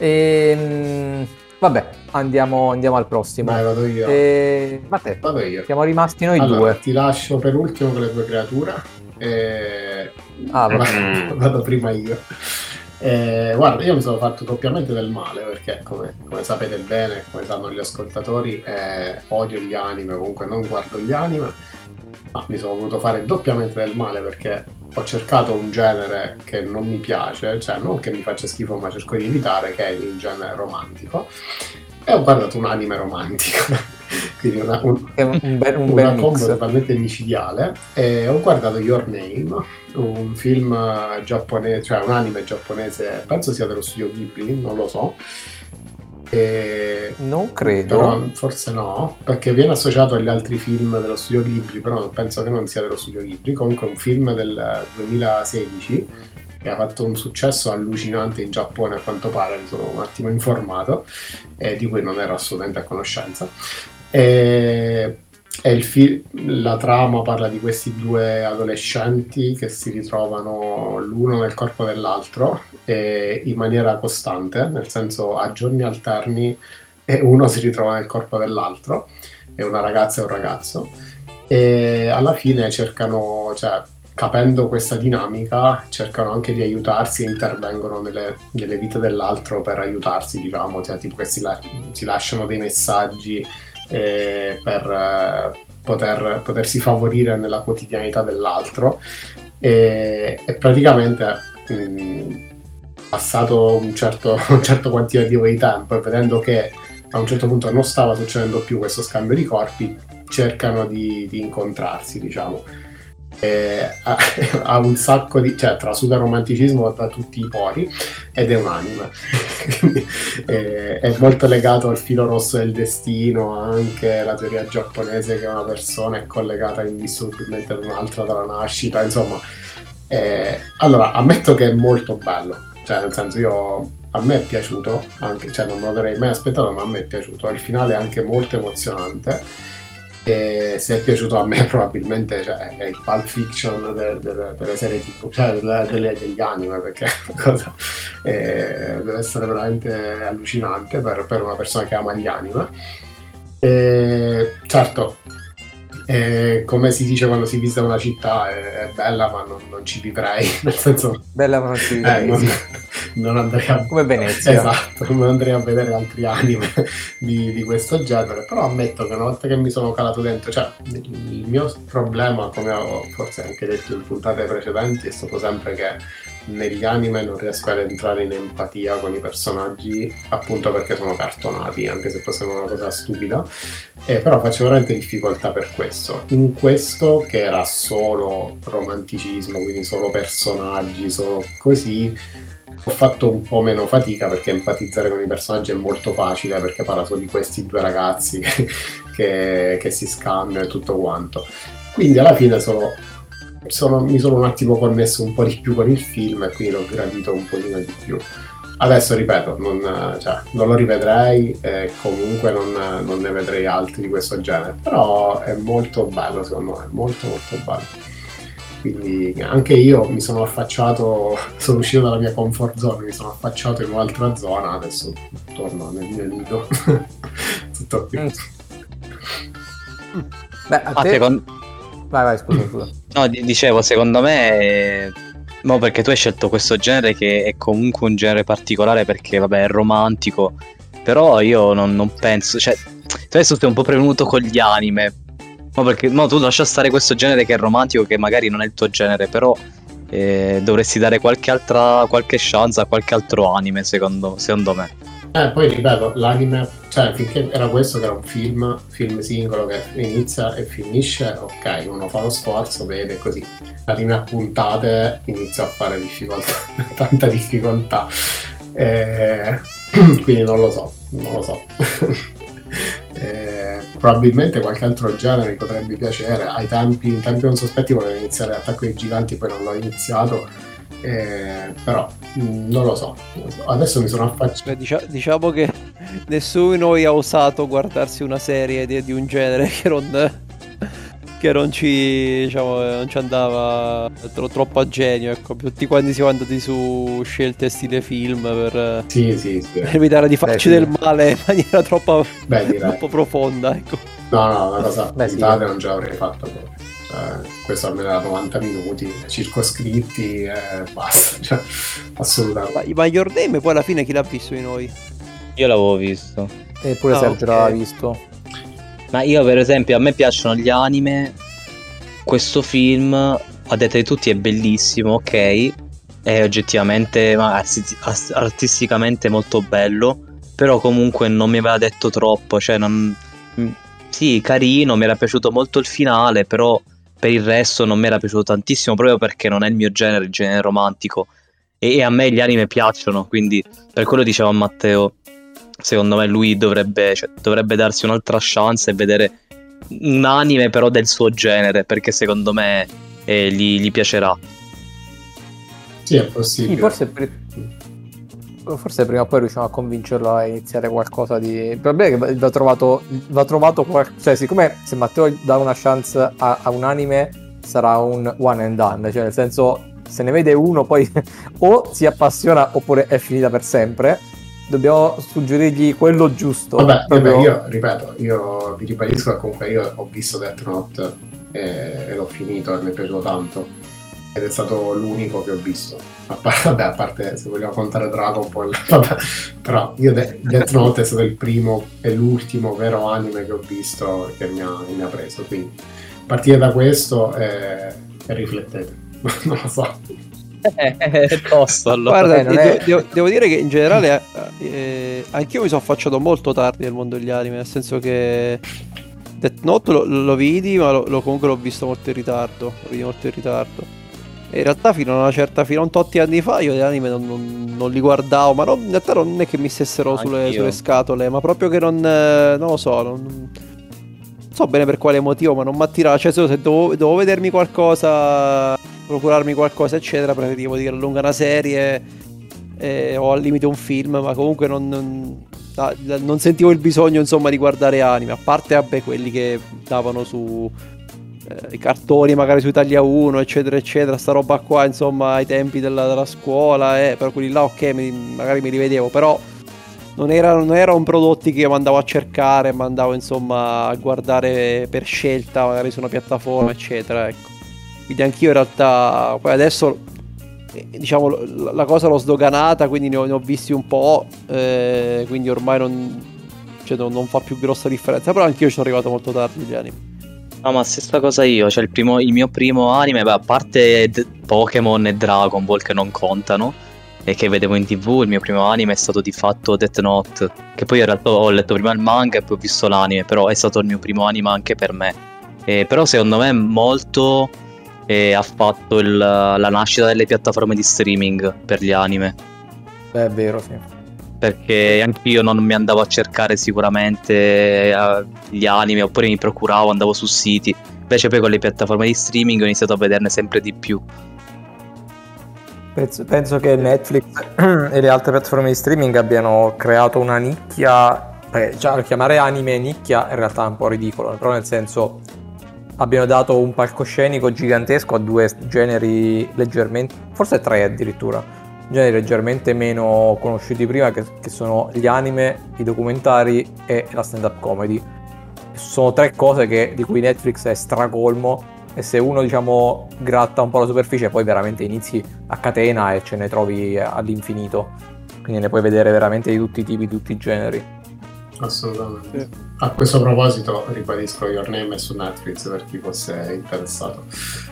Ehm, vabbè, andiamo, andiamo al prossimo. Vai, vado io. E... Ma te, Vado io. siamo rimasti noi allora, due. Ti lascio per ultimo con le tue creature. E... Ah, va. vado, vado prima io. Eh, guarda, io mi sono fatto doppiamente del male perché, come, come sapete bene, come sanno gli ascoltatori, eh, odio gli anime, comunque non guardo gli anime, ma mi sono voluto fare doppiamente del male perché ho cercato un genere che non mi piace, cioè non che mi faccia schifo, ma cerco di evitare, che è il genere romantico, e ho guardato un anime romantico. Quindi una, un, un bel, un una bel combo mix. totalmente micidiale. E ho guardato Your Name, un film giapponese, cioè un anime giapponese, penso sia dello studio Ghibli, non lo so. E... non credo, però forse no, perché viene associato agli altri film dello studio Ghibli, però penso che non sia dello studio Ghibli. Comunque è un film del duemilasedici che ha fatto un successo allucinante in Giappone, a quanto pare, mi sono un attimo informato, e di cui non ero assolutamente a conoscenza. E, e il fi- la trama parla di questi due adolescenti che si ritrovano l'uno nel corpo dell'altro e in maniera costante, nel senso a giorni alterni, e uno si ritrova nel corpo dell'altro, è una ragazza e un ragazzo, e alla fine cercano, cioè capendo questa dinamica, cercano anche di aiutarsi e intervengono nelle, nelle vite dell'altro per aiutarsi, diciamo, cioè tipo si, la- si lasciano dei messaggi eh, per eh, poter, potersi favorire nella quotidianità dell'altro, e, e praticamente mh, passato un certo, un certo quantitativo di tempo e vedendo che a un certo punto non stava succedendo più questo scambio di corpi, cercano di, di incontrarsi, diciamo. Eh, ha, ha un sacco di, cioè trasuda romanticismo da tutti i pori, ed è un anime. Quindi, eh, è molto legato al filo rosso del destino, anche la teoria giapponese che una persona è collegata indissolubilmente ad un'altra dalla nascita, insomma. Eh, allora, ammetto che è molto bello, cioè nel senso, io a me è piaciuto, anche, cioè non me lo avrei mai aspettato, ma a me è piaciuto. Il finale è anche molto emozionante. E se è piaciuto a me, probabilmente, cioè, è il Pulp Fiction de, de, de, delle serie tv, cioè delle, delle, degli anime, perché cosa, eh, deve essere veramente allucinante per, per una persona che ama gli anime. E, certo, eh, come si dice quando si visita una città, è, è bella, ma non, non ci vivrei, nel senso, bella ma non ci eh, vivrei, non, sì. non andrei a, Come Venezia. esatto, non andrei a vedere altri anime di, di questo genere, però ammetto che una volta che mi sono calato dentro, cioè il mio problema, come ho forse anche detto in puntate precedenti, è stato sempre che negli anime non riesco ad entrare in empatia con i personaggi, appunto perché sono cartonati, anche se fosse una cosa stupida, eh, però faccio veramente difficoltà per questo. In questo, che era solo romanticismo, quindi solo personaggi, solo così, ho fatto un po' meno fatica, perché empatizzare con i personaggi è molto facile, perché parla solo di questi due ragazzi che, che si scambiano e tutto quanto. Quindi alla fine sono, sono, mi sono un attimo connesso un po' di più con il film, e quindi l'ho gradito un pochino di più. Adesso ripeto, non, cioè, non lo rivedrei, e comunque non, non ne vedrei altri di questo genere, però è molto bello, secondo me, molto molto bello. Quindi anche io mi sono affacciato, sono uscito dalla mia comfort zone, mi sono affacciato in un'altra zona, adesso torno nel mio nido. Tutto qui. Mm. Beh, a Ah, te... secon- Vai, vai, scusa, scusa. No, di- dicevo, secondo me, eh, no, perché tu hai scelto questo genere che è comunque un genere particolare, perché vabbè è romantico, però io non, non penso, cioè tu adesso stai un po' prevenuto con gli anime, no, perché no, tu lascia stare questo genere che è romantico, che magari non è il tuo genere, però eh, dovresti dare qualche altra, qualche chance a qualche altro anime, secondo, secondo me. Eh, poi ripeto, l'anime, cioè finché era questo che era un film, film singolo che inizia e finisce, ok, uno fa lo sforzo, vede così. L'anime a puntate inizia a fare difficoltà, tanta difficoltà. Eh, quindi non lo so, non lo so. eh, probabilmente qualche altro genere mi potrebbe piacere. Ai tempi, in tempi non sospetti volevo iniziare Attacco ai Giganti, poi non l'ho iniziato. Eh, però mh, non lo so, adesso mi sono affacciato. Beh, dicia- diciamo che nessuno di noi ha osato guardarsi una serie di, di un genere che non, che non ci, diciamo, non ci andava tro- troppo a genio, ecco. Tutti quanti siamo andati su scelte stile film per, Sì, sì, sì. per evitare di farci Beh, sì. del male in maniera troppo, Beh, direi. troppo profonda, ecco. No, no, una cosa Beh, sì. puntata non ce l'avrei fatto proprio. Cioè, questo almeno da novanta minuti, circoscritti e basta. Cioè, assolutamente. Ma, ma Your Name poi alla fine chi l'ha visto di noi? Io l'avevo visto. Eppure Ah, Sergio ok. l'aveva visto. Ma io per esempio, a me piacciono gli anime. Questo film, a detta di tutti, è bellissimo, ok? È oggettivamente, ma arti- art- artisticamente molto bello. Però comunque non mi aveva detto troppo. Cioè, non... sì, carino, mi era piaciuto molto il finale, però per il resto non mi era piaciuto tantissimo, proprio perché non è il mio genere, il genere romantico. E, e a me gli anime piacciono, quindi per quello dicevo a Matteo, secondo me lui dovrebbe, cioè, dovrebbe darsi un'altra chance e vedere un anime però del suo genere, perché secondo me eh, gli, gli piacerà. Sì, è Sì, possibile. forse, pri- forse prima o poi riusciamo a convincerlo a iniziare qualcosa di... Il problema è che va trovato, va trovato qual- cioè siccome se Matteo dà una chance a, a un anime sarà un one and done, cioè nel senso se ne vede uno poi o si appassiona oppure è finita per sempre. Dobbiamo suggerirgli quello giusto. Vabbè, proprio- vabbè, io ripeto, io vi ribadisco che comunque io ho visto Death Note e, e l'ho finito e mi è piaciuto tanto. Ed è stato l'unico che ho visto. A parte, vabbè, a parte se vogliamo contare Dragon Ball, vabbè, però io De- Death Note è stato il primo e l'ultimo vero anime che ho visto che mi ha, che mi ha preso. Quindi partire da questo e, e riflettete. Non lo so. È tosto allora. Guarda, eh, non devo, è- devo- devo dire che in generale eh, anch'io mi sono affacciato molto tardi nel mondo degli anime, nel senso che Death Note lo, lo vidi, ma lo, lo- comunque l'ho visto molto in ritardo, lo vidi molto in ritardo. E in realtà fino a una certa, fino a un tot di anni fa io gli anime non, non- non li guardavo, ma non- in realtà non è che mi stessero sulle, Anch'io. sulle scatole, ma proprio che non, eh, non lo so, non, non so bene per quale motivo, ma non mi attirava, cioè solo se dovevo, dovevo vedermi qualcosa, procurarmi qualcosa eccetera, preferivo di gran lunga una serie eh, o al limite un film, ma comunque non, non, ah, non sentivo il bisogno insomma di guardare anime, a parte vabbè quelli che davano su eh, i cartoni magari su Italia uno eccetera eccetera, sta roba qua insomma ai tempi della, della scuola, eh, però quelli là ok, mi- magari mi rivedevo, però non erano, non erano prodotti che io andavo a cercare, ma andavo insomma a guardare per scelta magari su una piattaforma eccetera, ecco. Quindi anch'io in realtà poi adesso eh, diciamo la, la cosa l'ho sdoganata, quindi ne ho, ne ho visti un po', eh, quindi ormai non, cioè, non, non fa più grossa differenza, però anch'io ci sono arrivato molto tardi agli anime. No, ma stessa cosa io, cioè il, primo, il mio primo anime, beh, a parte D- Pokémon e Dragon Ball che non contano e che vedevo in tv, il mio primo anime è stato di fatto Death Note, che poi in realtà ho letto prima il manga e poi ho visto l'anime, però è stato il mio primo anime anche per me. Eh, però secondo me molto eh, ha fatto il- la nascita delle piattaforme di streaming per gli anime. Beh, è vero, sì. Perché anch'io non mi andavo a cercare sicuramente eh, gli anime, oppure mi procuravo, andavo su siti. Invece poi con le piattaforme di streaming ho iniziato a vederne sempre di più. Penso, penso che Netflix e le altre piattaforme di streaming abbiano creato una nicchia. Beh, già chiamare anime nicchia in realtà è un po' ridicolo, però nel senso abbiano dato un palcoscenico gigantesco a due generi leggermente, forse tre addirittura, generi leggermente meno conosciuti prima, che, che sono gli anime, i documentari e la stand-up comedy. Sono tre cose che, di cui Netflix è stracolmo, e se uno diciamo gratta un po' la superficie poi veramente inizi a catena e ce ne trovi all'infinito, quindi ne puoi vedere veramente di tutti i tipi, di tutti i generi. Assolutamente. A questo proposito ribadisco Your Name è su Netflix per chi fosse interessato.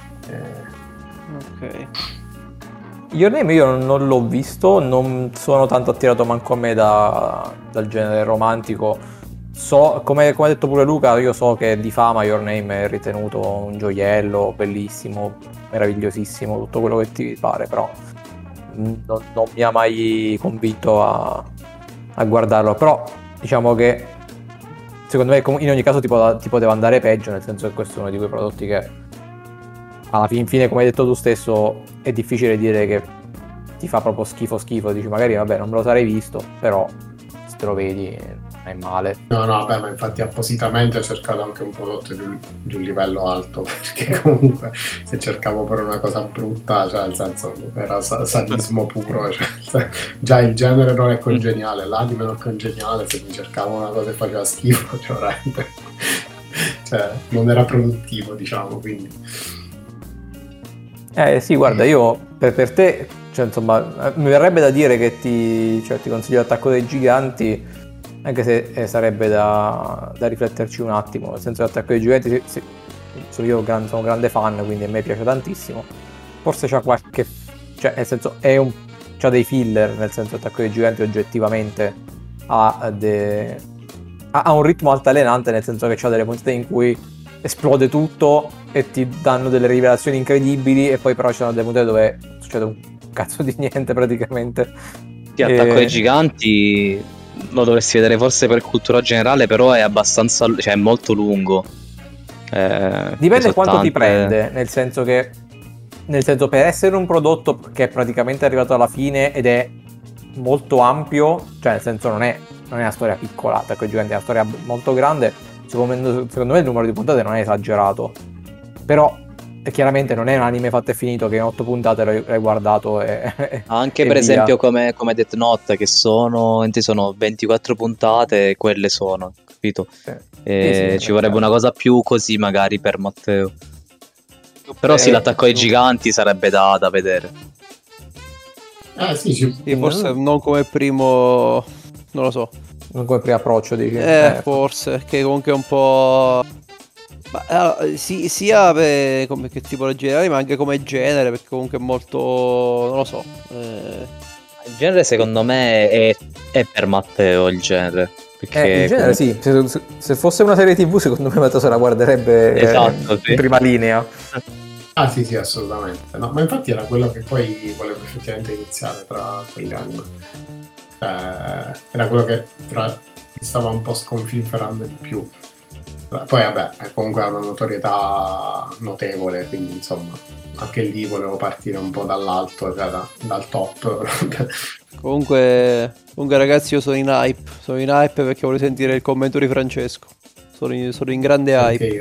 Eh, Ok. Your Name io non l'ho visto, non sono tanto attirato manco a me da, dal genere romantico. So, come, come ha detto pure Luca, io so che di fama Your Name è ritenuto un gioiello, bellissimo, meravigliosissimo, tutto quello che ti pare, però non, non mi ha mai convinto a, a guardarlo. Però diciamo che secondo me in ogni caso ti, po- ti poteva andare peggio, nel senso che questo è uno di quei prodotti che alla fin fine, come hai detto tu stesso, è difficile dire che ti fa proprio schifo schifo, dici magari vabbè non me lo sarei visto, però se te lo vedi è male. No, no, vabbè, ma infatti appositamente ho cercato anche un prodotto di un, di un livello alto, perché comunque se cercavo per una cosa brutta, cioè nel senso era sa- sadismo puro, cioè, già il genere non è congeniale, l'anime non è congeniale, se mi cercavo una cosa che faceva schifo, cioè veramente, cioè non era produttivo, diciamo, quindi... Eh sì, guarda, io per, per te, cioè, insomma, mi verrebbe da dire che ti, cioè, ti consiglio L'attacco dei giganti, anche se eh, sarebbe da, da rifletterci un attimo, nel senso L'Attacco dei giganti, sì, sì, sono io gran, sono un grande fan, quindi a me piace tantissimo. Forse c'ha qualche, cioè nel senso è un, c'ha dei filler, nel senso L'attacco dei giganti oggettivamente ha, de, ha, ha un ritmo altalenante, nel senso che c'ha delle puntate in cui esplode tutto e ti danno delle rivelazioni incredibili, e poi però ci sono delle puntate dove succede un cazzo di niente praticamente. Sì, Attacco ai giganti lo dovresti vedere forse per cultura generale, però è abbastanza, cioè è molto lungo. Eh, Dipende quanto tante... ti prende, nel senso che nel senso per essere un prodotto che è praticamente arrivato alla fine ed è molto ampio, cioè nel senso non è, non è una storia piccola, Attacco ai giganti è una storia molto grande, secondo me, secondo me il numero di puntate non è esagerato, però chiaramente non è un anime fatto e finito che in otto puntate l'hai, l'hai guardato e, anche e per via. esempio come, come Death Note, che sono, sono ventiquattro puntate, quelle sono, capito? Sì. E Sì, sì, ci vorrebbe certo. una cosa più così magari per Matteo, però Eh, sì, L'attacco ai no. giganti sarebbe da, da vedere. Eh sì, ci... Sì, forse non come primo, non lo so. Non come primo approccio, dici? Eh, Eh, forse, che comunque è un po'... Ma, allora, sì, sia per come che tipologia di anime, ma anche come genere, perché comunque è molto... non lo so. Eh... Il genere secondo me è, è per Matteo il genere. Perché Eh, in genere comunque... sì, se, se fosse una serie tv secondo me Matteo se la guarderebbe eh, Esatto, in sì. prima linea. Ah sì, sì, assolutamente. No, ma infatti era quello che poi volevo effettivamente iniziare tra quegli anni. Eh, era quello che tra... mi stava un po' sconfinferando di più. Poi vabbè, comunque ha una notorietà notevole, quindi insomma anche lì volevo partire un po' dall'alto, cioè da, dal top. Comunque, comunque ragazzi, io sono in hype, sono in hype perché voglio sentire il commento di Francesco. Sono in, sono in grande Anche hype. io.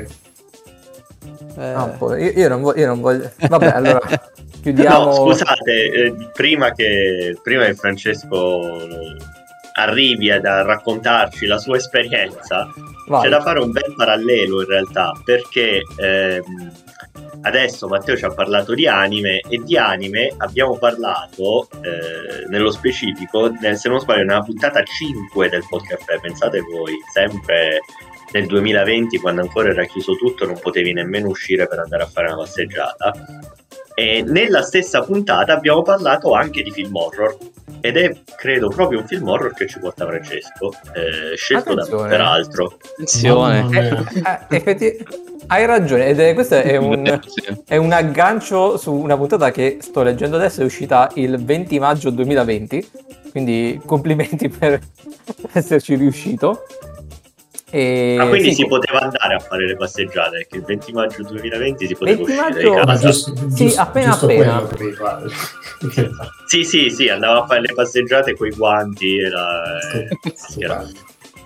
Eh, Ah, poi, io, io, non voglio, io non voglio... Vabbè, allora chiudiamo... No, scusate, eh, prima, che, prima che Francesco arrivi ad, a raccontarci la sua esperienza, Vai. c'è da fare un bel parallelo in realtà, perché ehm, adesso Matteo ci ha parlato di anime, e di anime abbiamo parlato eh, nello specifico, nel, se non sbaglio, nella puntata cinque del podcast, pensate voi, sempre nel duemilaventi, quando ancora era chiuso tutto, non potevi nemmeno uscire per andare a fare una passeggiata. E nella stessa puntata abbiamo parlato anche di film horror, ed è credo proprio un film horror che ci porta Francesco, eh, scelto da Attenzione. peraltro. Attenzione. Mamma Eh, mia. eh, effetti- hai ragione, ed è, questo è un, Sì. è un aggancio su una puntata che sto leggendo adesso, è uscita il venti maggio duemilaventi, quindi complimenti per esserci riuscito. E Ah, quindi sì, si co- poteva andare a fare le passeggiate, perché il venti maggio duemilaventi si poteva venti uscire maggio- di Ma casa. giusto, Sì, giusto, appena giusto appena. quello dovevi fare. Sì, sì, sì, andava a fare le passeggiate coi guanti e la... eh, era- Stupendo.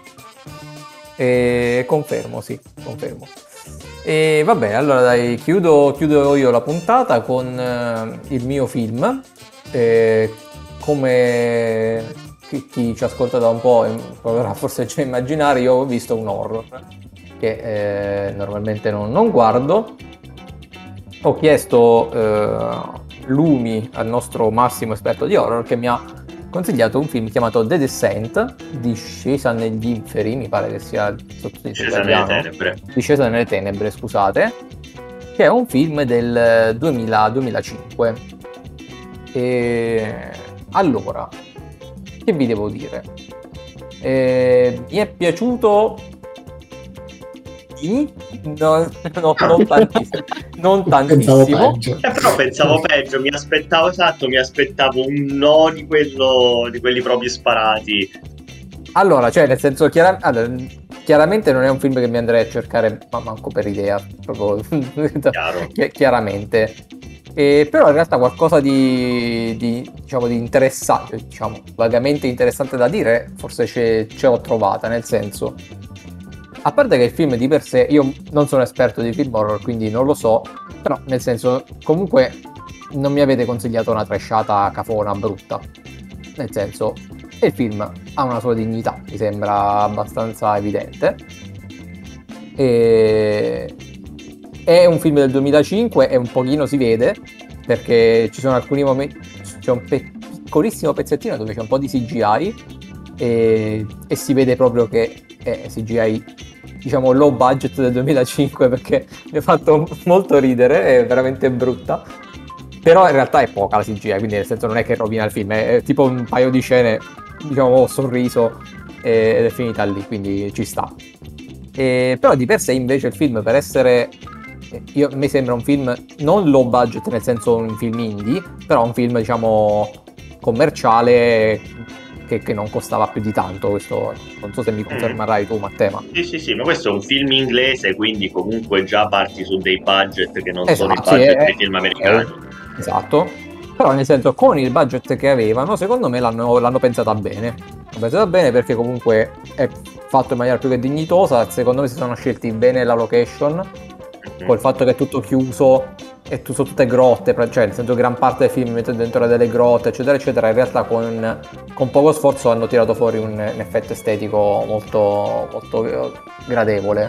E confermo, sì, confermo. E vabbè, allora dai, chiudo, chiudo io la puntata con eh, il mio film. Eh, come chi, chi ci ascolta da un po' eh, proverà forse già a immaginare, io ho visto un horror che eh, normalmente non, non guardo. Ho chiesto eh, Lumi, al nostro massimo esperto di horror, che mi ha consigliato un film chiamato The Descent, Discesa negli inferi, mi pare che sia il sottotitolo Scesa nelle italiano. tenebre. Discesa nelle tenebre, scusate, che è un film del duemila duemilacinque. E allora, che vi devo dire? Eh, mi è piaciuto sì, no, no, non tantissimo, non Pensavo tantissimo. peggio. Eh, però pensavo peggio, mi aspettavo esatto, mi aspettavo un no di quello di quelli proprio sparati. Allora, cioè, nel senso, chiara- allora, chiaramente non è un film che mi andrei a cercare, ma manco per idea, proprio Chiaro. chi- chiaramente. E però in realtà qualcosa di, di, diciamo, di interessante, diciamo, vagamente interessante da dire, forse ce, ce l'ho trovata, nel senso, a parte che il film di per sé, io non sono esperto di film horror, quindi non lo so, però nel senso, comunque non mi avete consigliato una trashata cafona brutta, nel senso, il film ha una sua dignità, mi sembra abbastanza evidente, e... è un film del duemilacinque e un pochino si vede, perché ci sono alcuni momenti, c'è un pe- piccolissimo pezzettino dove c'è un po' di C G I e, e si vede proprio che è C G I, diciamo, low budget del duemilacinque, perché mi ha fatto molto ridere, è veramente brutta, però in realtà è poca la C G I, quindi nel senso non è che rovina il film, è, è tipo un paio di scene, diciamo, ho sorriso e, ed è finita lì, quindi ci sta. E, però di per sé invece il film, per essere, io, mi sembra un film non low budget nel senso un film indie, però un film, diciamo, commerciale che, che non costava più di tanto. Questo non so se mi confermerai tu, Matteo. Sì, sì, sì, ma questo è un film inglese, quindi comunque già parti su dei budget che non Esatto, sono i budget sì, dei film americani. eh, esatto, però nel senso, con il budget che avevano, secondo me l'hanno, l'hanno pensata bene. L'hanno pensata bene perché comunque è fatto in maniera più che dignitosa. Secondo me si sono scelti bene la location, col fatto che è tutto chiuso e tu, sono tutte grotte, cioè nel senso gran parte del film mette dentro delle grotte eccetera eccetera. In realtà con, con poco sforzo hanno tirato fuori un, un effetto estetico molto, molto gradevole.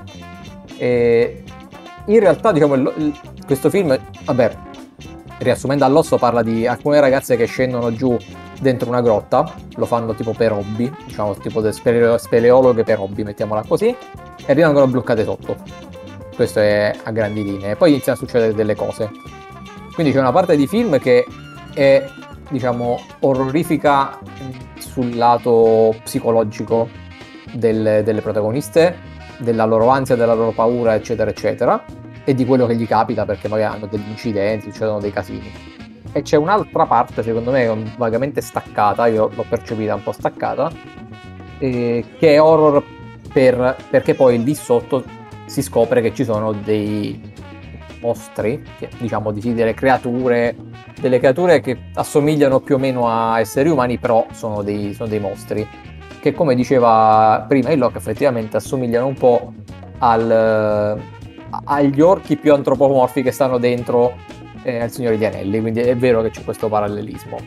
E in realtà, diciamo, il, il, questo film, vabbè, riassumendo all'osso, parla di alcune ragazze che scendono giù dentro una grotta, lo fanno tipo per hobby, diciamo tipo del spele- speleologhe per hobby, mettiamola così, e rimangono bloccate sotto. Questo è a grandi linee. Poi iniziano a succedere delle cose. Quindi c'è una parte di film che è, diciamo, orrorifica sul lato psicologico del, delle protagoniste, della loro ansia, della loro paura, eccetera, eccetera, e di quello che gli capita, perché magari hanno degli incidenti, succedono dei casini. E c'è un'altra parte, secondo me, vagamente staccata, io l'ho percepita un po' staccata, eh, che è horror per, perché poi lì sotto si scopre che ci sono dei mostri, diciamo di delle creature, delle creature che assomigliano più o meno a esseri umani, però sono dei, sono dei mostri, che come diceva prima il Locke effettivamente assomigliano un po' al, agli orchi più antropomorfi che stanno dentro eh, al Signore degli Anelli, quindi è vero che c'è questo parallelismo.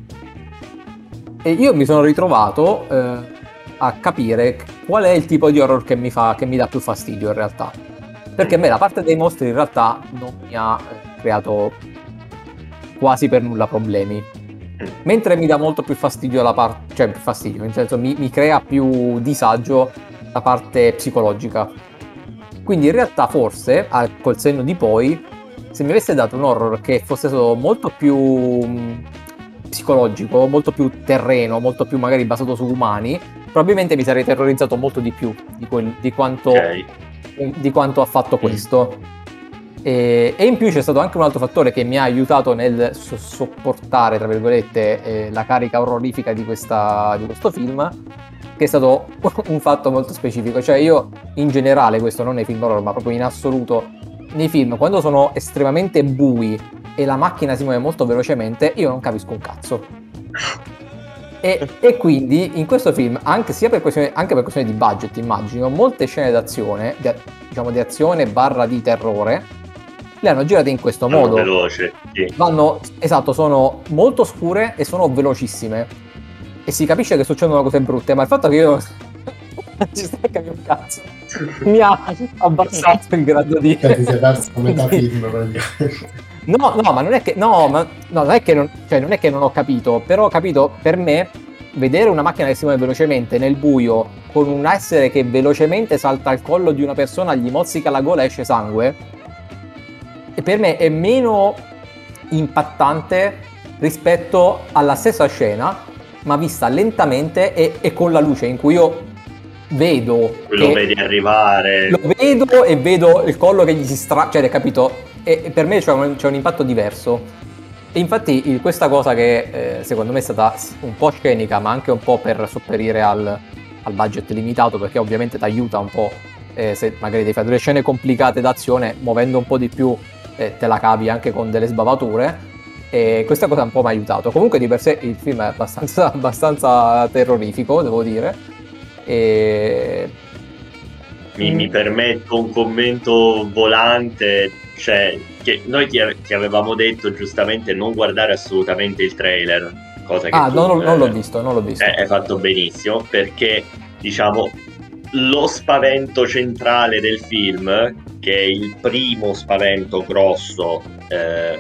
E io mi sono ritrovato eh, a capire qual è il tipo di horror che mi fa, che mi dà più fastidio in realtà, perché a me la parte dei mostri in realtà non mi ha creato quasi per nulla problemi, mentre mi dà molto più fastidio la parte, cioè più fastidio, nel senso mi, mi crea più disagio la parte psicologica. Quindi in realtà forse al, col senno di poi, se mi avesse dato un horror che fosse stato molto più mh, psicologico, molto più terreno, molto più magari basato su umani, probabilmente mi sarei terrorizzato molto di più di, quel, di, quanto, okay. di quanto ha fatto questo. Mm. E, e in più c'è stato anche un altro fattore che mi ha aiutato nel so- sopportare, tra virgolette, eh, la carica orrorifica di, questa, di questo film, che è stato un fatto molto specifico. Cioè io, in generale, questo non nei film horror, ma proprio in assoluto, nei film, quando sono estremamente bui e la macchina si muove molto velocemente, io non capisco un cazzo. E, e quindi in questo film, anche sia per questione, anche per questione di budget, immagino, molte scene d'azione, di, diciamo di azione barra di terrore, le hanno girate in questo Vanno modo. Veloce, sì. Vanno, esatto, sono molto scure e sono velocissime. E si capisce che succedono cose brutte, ma il fatto che io ci stai capendo un cazzo mi ha abbassato il grado di... Cioè, ti sei perso metà film praticamente. No, no, ma non è che no, ma no, non è che non, cioè non è che non ho capito, però ho capito, per me vedere una macchina che si muove velocemente nel buio con un essere che velocemente salta al collo di una persona, gli mozzica la gola e esce sangue, e per me è meno impattante rispetto alla stessa scena, ma vista lentamente e, e con la luce, in cui io vedo lo vedi arrivare, lo vedo e vedo il collo che gli si stra... cioè, hai capito? E per me c'è un, c'è un impatto diverso. E infatti il, questa cosa che eh, secondo me è stata un po' scenica, ma anche un po' per sopperire al, al budget limitato, perché ovviamente ti aiuta un po' eh, se magari devi fare delle scene complicate d'azione, muovendo un po' di più e te la cavi anche con delle sbavature, e questa cosa un po' mi ha aiutato. Comunque di per sé il film è abbastanza, abbastanza terrorifico, devo dire. E... Mi, mi permetto un commento volante, cioè che noi ti, ti avevamo detto giustamente non guardare assolutamente il trailer, cosa che ah, tu, non, eh, non l'ho visto, non l'ho visto. Eh, hai fatto benissimo, perché diciamo lo spavento centrale del film, che è il primo spavento grosso eh,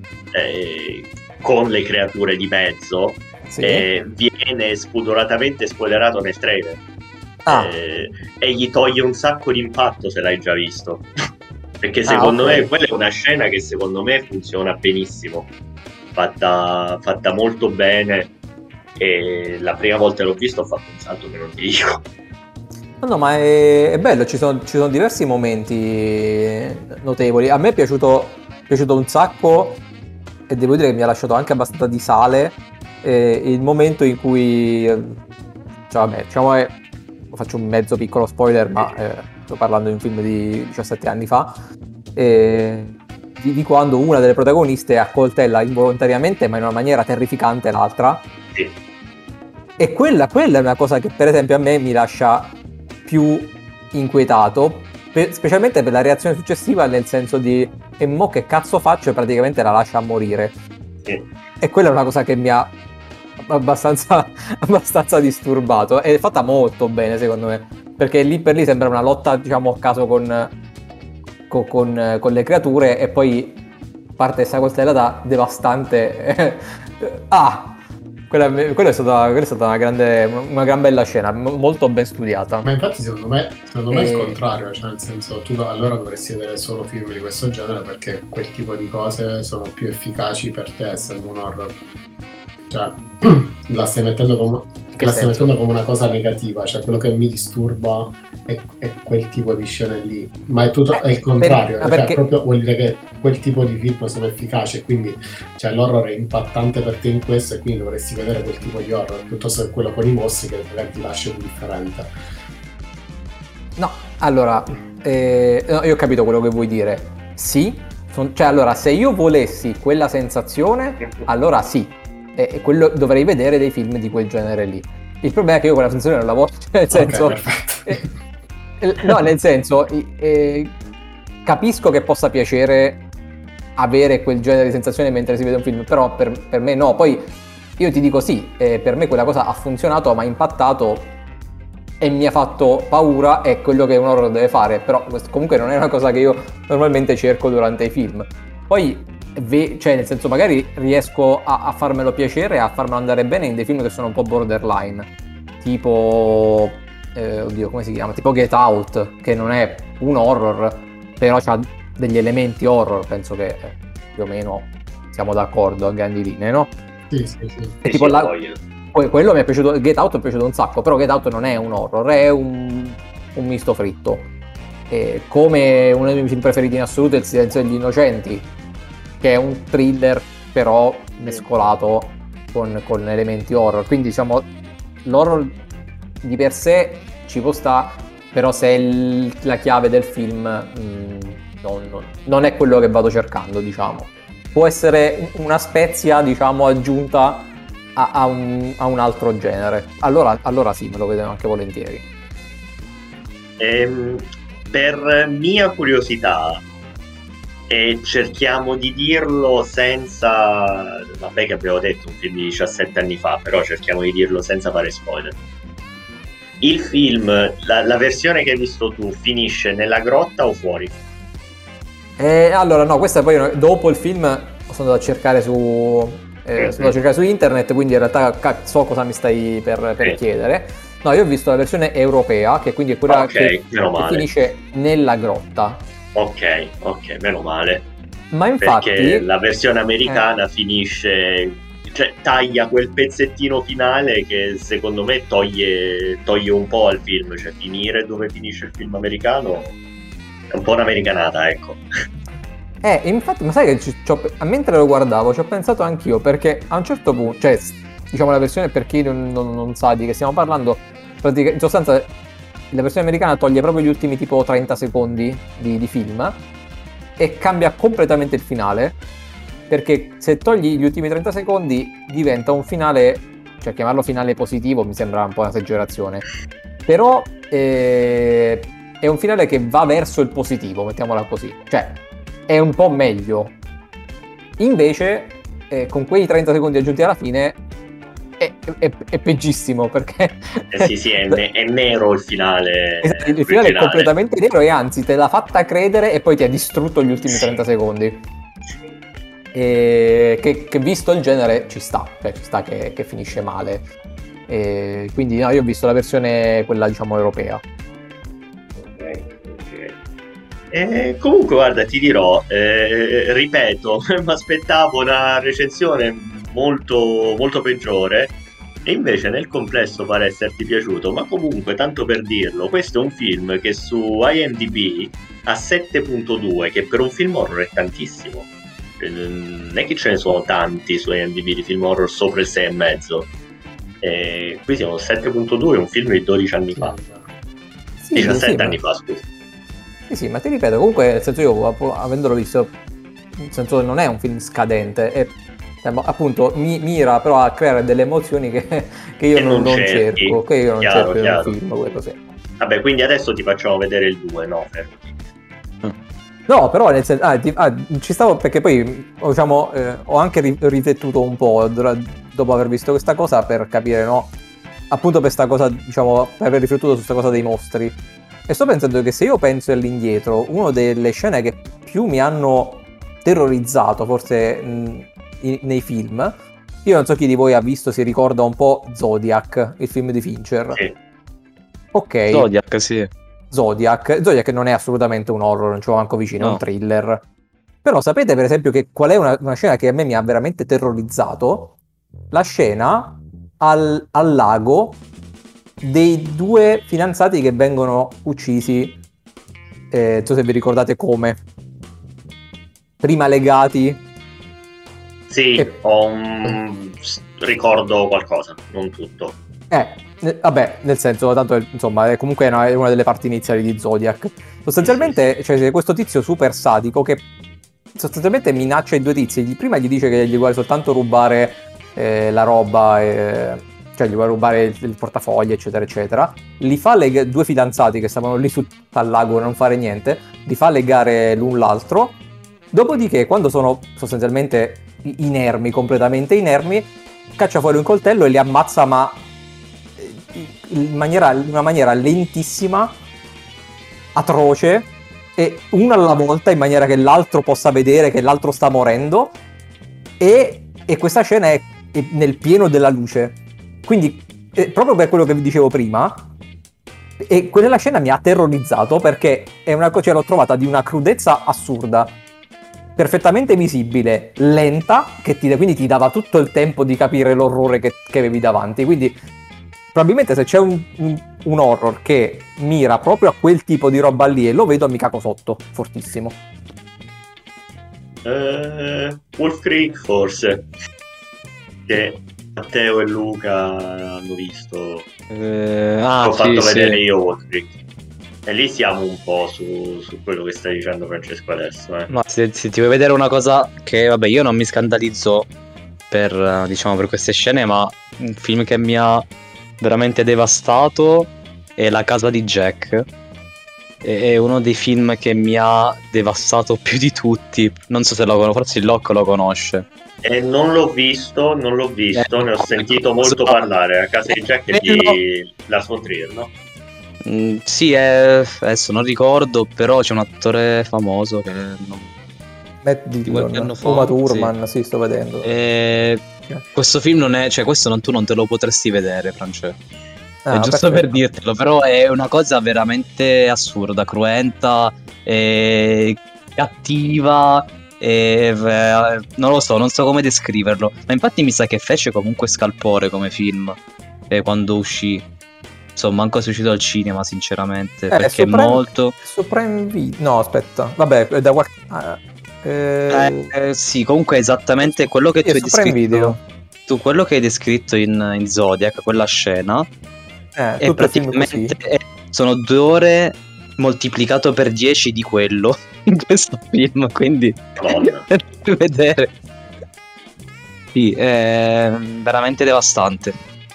eh, con le creature di mezzo, Sì. eh, viene spudoratamente spoilerato nel trailer. Ah. Eh, e gli toglie un sacco di impatto se l'hai già visto. Perché secondo ah, okay. me quella è una scena che secondo me funziona benissimo, fatta, fatta molto bene, e la prima volta che l'ho visto ho fatto un salto che non ti dico. No, no, ma è, è bello, ci sono, ci sono diversi momenti notevoli. A me è piaciuto, è piaciuto un sacco, e devo dire che mi ha lasciato anche abbastanza di sale eh, il momento in cui, cioè vabbè, diciamo è, faccio un mezzo piccolo spoiler, ma eh, sto parlando di un film di diciassette anni fa, eh, di, di quando una delle protagoniste accoltella involontariamente, ma in una maniera terrificante, l'altra. Sì. E quella, quella è una cosa che per esempio a me mi lascia più inquietato, per, specialmente per la reazione successiva, nel senso di e mo che cazzo faccio, e praticamente la lascia morire. Sì. E quella è una cosa che mi ha abbastanza, abbastanza disturbato. È fatta molto bene secondo me, perché lì per lì sembra una lotta, diciamo, a caso con, con, con, con le creature, e poi parte questa coltellata devastante. ah Quella, quella, è stata, quella è stata una grande, una gran bella scena, m- molto ben studiata. Ma infatti secondo me, secondo me E- è il contrario, cioè nel senso tu allora dovresti vedere solo film di questo genere, perché quel tipo di cose sono più efficaci per te essendo un horror. Cioè la stai mettendo come, Che la stai senso? mettendo come una cosa negativa, cioè quello che mi disturba è, è quel tipo di scene lì, ma è tutto è il contrario, per- cioè perché- proprio vuol dire che quel tipo di film sono efficaci, quindi cioè, l'horror è impattante per te in questo, e quindi dovresti vedere quel tipo di horror piuttosto che quello con i mostri che magari ti lascia indifferente. No, allora, eh, no, io ho capito quello che vuoi dire. Sì, son- cioè allora, se io volessi quella sensazione, allora sì, e e quello dovrei vedere dei film di quel genere lì. Il problema è che io quella sensazione non la voglio, cioè nel senso... Ok, perfetto. eh, eh, no, nel senso, eh, eh, capisco che possa piacere avere quel genere di sensazione mentre si vede un film, però per, per me no. Poi io ti dico sì, eh, per me quella cosa ha funzionato, mi ha impattato e mi ha fatto paura, è quello che un horror deve fare, però questo comunque non è una cosa che io normalmente cerco durante i film. Poi, ve- cioè nel senso, magari riesco a, a farmelo piacere, a farmelo andare bene in dei film che sono un po' borderline, tipo, eh, oddio, come si chiama? Tipo Get Out, che non è un horror, però ha degli elementi horror, penso che eh, più o meno siamo d'accordo a grandi linee, no? Sì, sì, sì. E Sì, tipo sì, la- voglio. que- quello mi è piaciuto, Get Out mi è piaciuto un sacco, però Get Out non è un horror, è un, un misto fritto. E come uno dei miei film preferiti in assoluto è Il silenzio degli innocenti, che è un thriller però mescolato con, con elementi horror, quindi diciamo l'horror di per sé ci può sta, però se il- la chiave del film mh, non, non- non è quello che vado cercando, diciamo. Può essere una spezia, diciamo, aggiunta a, a un, a un altro genere, allora, allora sì, me lo vedo anche volentieri. Ehm, per mia curiosità, e cerchiamo di dirlo senza, vabbè che abbiamo detto un film di diciassette anni fa, però cerchiamo di dirlo senza fare spoiler. Il film, la, la versione che hai visto tu, finisce nella grotta o fuori? E allora no, questa poi dopo il film sono andato a cercare su eh, sono andato a cercare su internet, quindi in realtà ca- so cosa mi stai per, per Sì. chiedere. No, io ho visto la versione europea, che quindi è quella Ok, che, meno che male. finisce nella grotta. Ok, ok, meno male. Ma infatti Perché la versione americana finisce, cioè taglia quel pezzettino finale che secondo me toglie, toglie un po' al film, cioè finire dove finisce il film americano è un po' un'americanata, ecco. Eh, infatti, ma sai che ci- ci ho- mentre lo guardavo ci ho pensato anch'io, perché a un certo punto, cioè, s- diciamo la versione, per chi non, non- non sa di che stiamo parlando, pratica- in sostanza la versione americana toglie proprio gli ultimi tipo trenta secondi di, di film, e cambia completamente il finale, perché se togli gli ultimi trenta secondi diventa un finale, cioè chiamarlo finale positivo mi sembra un po' un'esagerazione, però eh, è un finale che va verso il positivo, mettiamola così, cioè è un po' meglio. Invece eh, con quei trenta secondi aggiunti alla fine è, è, è peggissimo, perché eh sì sì è, ne- è nero il finale. Esatto, il finale è completamente nero e anzi te l'ha fatta credere e poi ti ha distrutto gli ultimi trenta secondi, e che, che visto il genere ci sta, cioè ci sta che, che finisce male, e quindi no, io ho visto la versione quella diciamo europea. Ok, ok. Eh, comunque guarda, ti dirò, eh, ripeto, mi aspettavo una recensione molto, molto peggiore e invece nel complesso pare esserti piaciuto. Ma comunque, tanto per dirlo, questo è un film che su IMDb ha sette virgola due, che per un film horror è tantissimo. Eh, non è che ce ne sono tanti su IMDb di film horror sopra il sei e mezzo. Eh, qui siamo sette virgola due, un film di dodici anni fa, Sì, diciassette sì, anni ma... fa, scusa. Sì, sì, ma ti ripeto, comunque, nel senso io, avendolo visto, nel senso non è un film scadente, è, appunto, mi, mira però a creare delle emozioni che, che io Che non, non non cerchi. cerco, che io non Chiaro, cerco chiaro. in un film, quello sì. Vabbè, quindi adesso ti facciamo vedere il due, no? Fermati. No, però nel senso, ah, ti- ah, ci stavo perché poi diciamo, eh, ho anche ri- riflettuto un po' dura- dopo aver visto questa cosa per capire, no? Appunto per sta cosa, diciamo, per aver riflettuto su questa cosa dei mostri. E sto pensando che se io penso all'indietro, una delle scene che più mi hanno terrorizzato, forse mh, in- nei film, io non so chi di voi ha visto, si ricorda un po' Zodiac, il film di Fincher. Sì. Ok. Zodiac, sì. Zodiac. Zodiac non è assolutamente un horror, non ci va manco vicino, è No. un thriller. Però sapete per esempio che qual è una, una scena che a me mi ha veramente terrorizzato? La scena al, al lago dei due fidanzati che vengono uccisi, eh, non so se vi ricordate come. Prima legati. Sì, E- ho un... ricordo qualcosa, non tutto. Eh, ne- vabbè, nel senso, tanto è- insomma, è comunque una, è una delle parti iniziali di Zodiac. Sostanzialmente, cioè, c'è questo tizio super sadico che sostanzialmente minaccia i due tizi. Gli- Prima gli dice che gli vuole soltanto rubare eh, la roba, e- cioè gli vuole rubare il, il portafoglio, eccetera, eccetera. Li fa leg- due fidanzati che stavano lì su, al lago a non fare niente, li fa legare l'un l'altro. Dopodiché, quando sono sostanzialmente i- inermi, completamente inermi, caccia fuori un coltello e li ammazza, ma in maniera, in una maniera lentissima, atroce, e uno alla volta in maniera che l'altro possa vedere che l'altro sta morendo, e, e questa scena è, è nel pieno della luce, quindi eh, proprio per quello che vi dicevo prima, e quella scena mi ha terrorizzato perché è una cosa, cioè, l'ho trovata di una crudezza assurda, perfettamente visibile, lenta, che ti, quindi ti dava tutto il tempo di capire l'orrore che, che avevi davanti. Quindi probabilmente se c'è un, un, un horror che mira proprio a quel tipo di roba lì e lo vedo, mi cago sotto, fortissimo. Eh, Wolf Creek forse, che Matteo e Luca hanno visto. Eh, ah, Ho sì, fatto sì. vedere io Wolf Creek. E lì siamo un po' su, su quello che stai dicendo Francesco adesso, eh. Ma se, se ti vuoi vedere una cosa che, vabbè, io non mi scandalizzo per, eh, diciamo, per queste scene, ma un film che mi ha veramente devastato è La casa di Jack. È è uno dei film che mi ha devastato più di tutti. Non so se lo conosco, forse il Locco lo conosce. E non l'ho visto, non l'ho visto, Eh, ne ho sentito cosa- molto parlare. A casa di Jack è Quello- di Lars von Trier, no? Mm, sì, è, adesso non ricordo, però c'è un attore famoso che non, Matt Di qualche anno Dillon, fa, Uma Thurman, sì, sto vedendo. Eh, questo film non è, cioè questo non, tu non te lo potresti vedere, Francesco. Ah, È giusto perfetto. per dirtelo, però è una cosa veramente assurda, cruenta, e cattiva, e, eh, non lo so, non so come descriverlo. Ma infatti mi sa che fece comunque scalpore come film eh, quando uscì. Insomma, manco se è uscito al cinema, sinceramente, Eh, perché su è Prime- molto... Su Prime Video. No, aspetta. Vabbè, è da qualche. ah, eh, Eh, eh, sì, comunque è esattamente quello che sì, tu hai su Prime descritto. Video. Tu quello che hai descritto in, in Zodiac, quella scena, Eh, è tutto il film così. praticamente è- sono due ore moltiplicato per dieci di quello. in questo film, quindi devi vedere. Sì, è veramente devastante.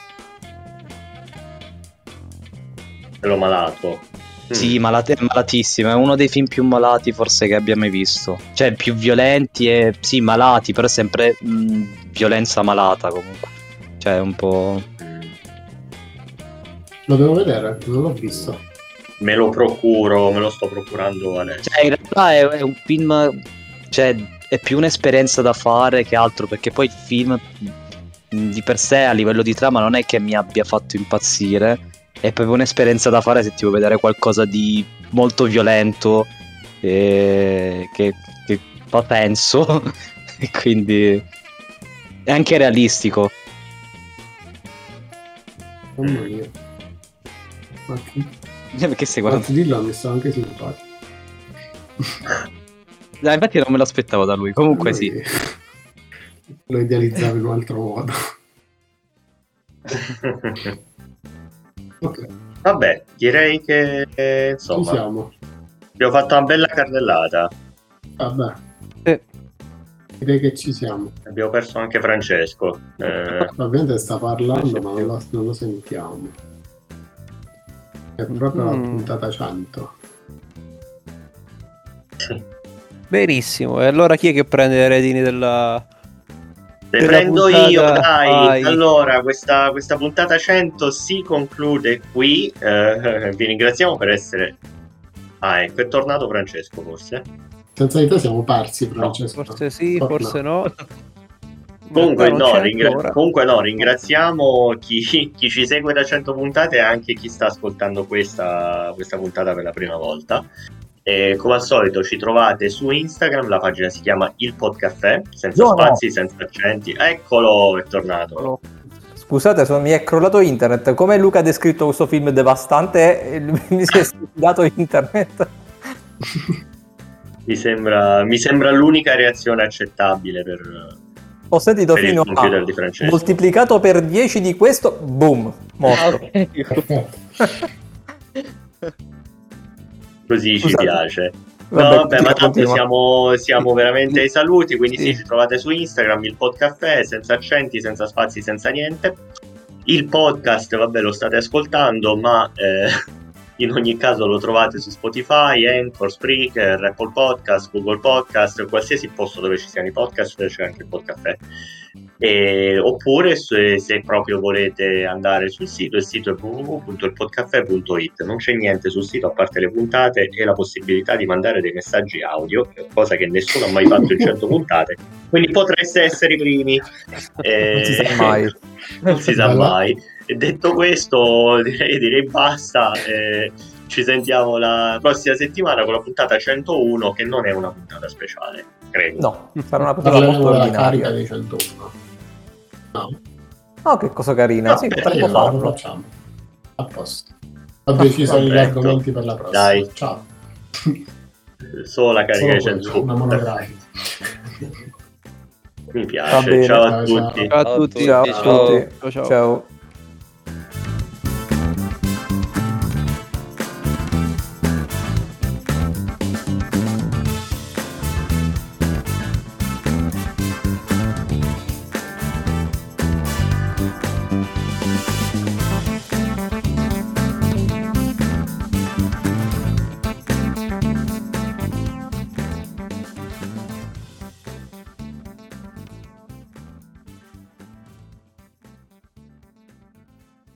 Bello malato. Sì, Mm. malate- malatissimo, è uno dei film più malati forse che abbia mai visto. Cioè, più violenti e sì, malati, però è sempre mh, violenza malata comunque. Cioè, un po'... Lo devo vedere, non l'ho visto. Me lo procuro, me lo sto procurando adesso. Cioè, in realtà è, è un film, cioè, è più un'esperienza da fare che altro, perché poi il film mh, di per sé a livello di trama non è che mi abbia fatto impazzire, è proprio un'esperienza da fare se ti vuoi vedere qualcosa di molto violento e che, che fa senso e quindi è anche realistico. Mamma mia. Ma che... Perché stai guardando? Anzi, dillo, mi sta anche simpatico. Dai, infatti non me l'aspettavo da lui, comunque sì. Lo idealizzavo in un altro modo. Ok, Vabbè, direi che eh, ci insomma siamo. abbiamo fatto una bella carrellata. Vabbè, Eh, direi che ci siamo. Abbiamo perso anche Francesco. Eh, Ovviamente sta parlando, ma non lo, non lo sentiamo. È proprio la Mm. puntata cento. benissimo. E allora chi è che prende le redini della... Le della prendo puntata? io, dai. Vai. Allora, questa, questa puntata cento si conclude qui. Eh, vi ringraziamo per essere... Ah, ecco, è tornato Francesco, forse. Senza di te siamo parsi, Francesco. Forse sì, Oh, forse no. no. Comunque Non no, c'è ringra- ancora. comunque no, ringraziamo chi, chi ci segue da cento puntate e anche chi sta ascoltando questa, questa puntata per la prima volta. E come al solito ci trovate su Instagram, la pagina si chiama Il Podcaffè, senza No, no. spazi, senza accenti. Eccolo, è tornato. Scusate, sono- mi è crollato internet. Come Luca ha descritto questo film devastante, eh, mi si è stupidato internet. Mi sembra, mi sembra l'unica reazione accettabile per, Ho sentito per il fino computer a di Francesco. moltiplicato per dieci di questo, boom, morto. Perfetto. Così ci Scusate. piace. Vabbè, No, vabbè, ma continua, tanto continua. siamo, siamo veramente ai saluti, quindi sì. Sì. ci trovate su Instagram, il Podcaffè, senza accenti, senza spazi, senza niente. Il podcast, vabbè, lo state ascoltando, ma eh, in ogni caso lo trovate su Spotify, Anchor, Spreaker, Apple Podcast, Google Podcast, qualsiasi posto dove ci siano i podcast c'è anche il Podcaffè. E, oppure se, se proprio volete andare sul sito, il sito è w w w punto il podcaffè punto i t. Non c'è niente sul sito a parte le puntate e la possibilità di mandare dei messaggi audio, cosa che nessuno ha mai fatto in cento puntate, quindi potreste essere i primi. Eh, Non si sa mai. non si sa mai. E detto questo, direi, direi basta. eh, ci sentiamo la prossima settimana con la puntata centouno, che non è una puntata speciale, credo. No, sarà una puntata Parleremo molto della carica ordinaria. dei centouno. No, Oh, che cosa carina, No, sì, beh, potremmo io lo farlo. facciamo. A posto. Ho deciso gli Perfetto. argomenti per la prossima. Dai. Ciao. Solo la carica Solo di quello, una centouno. monografica. Mi Va piace. bene. Ciao a Ciao, tutti. Ciao a tutti. Ciao a Ciao. tutti. Ciao, ciao. Ciao.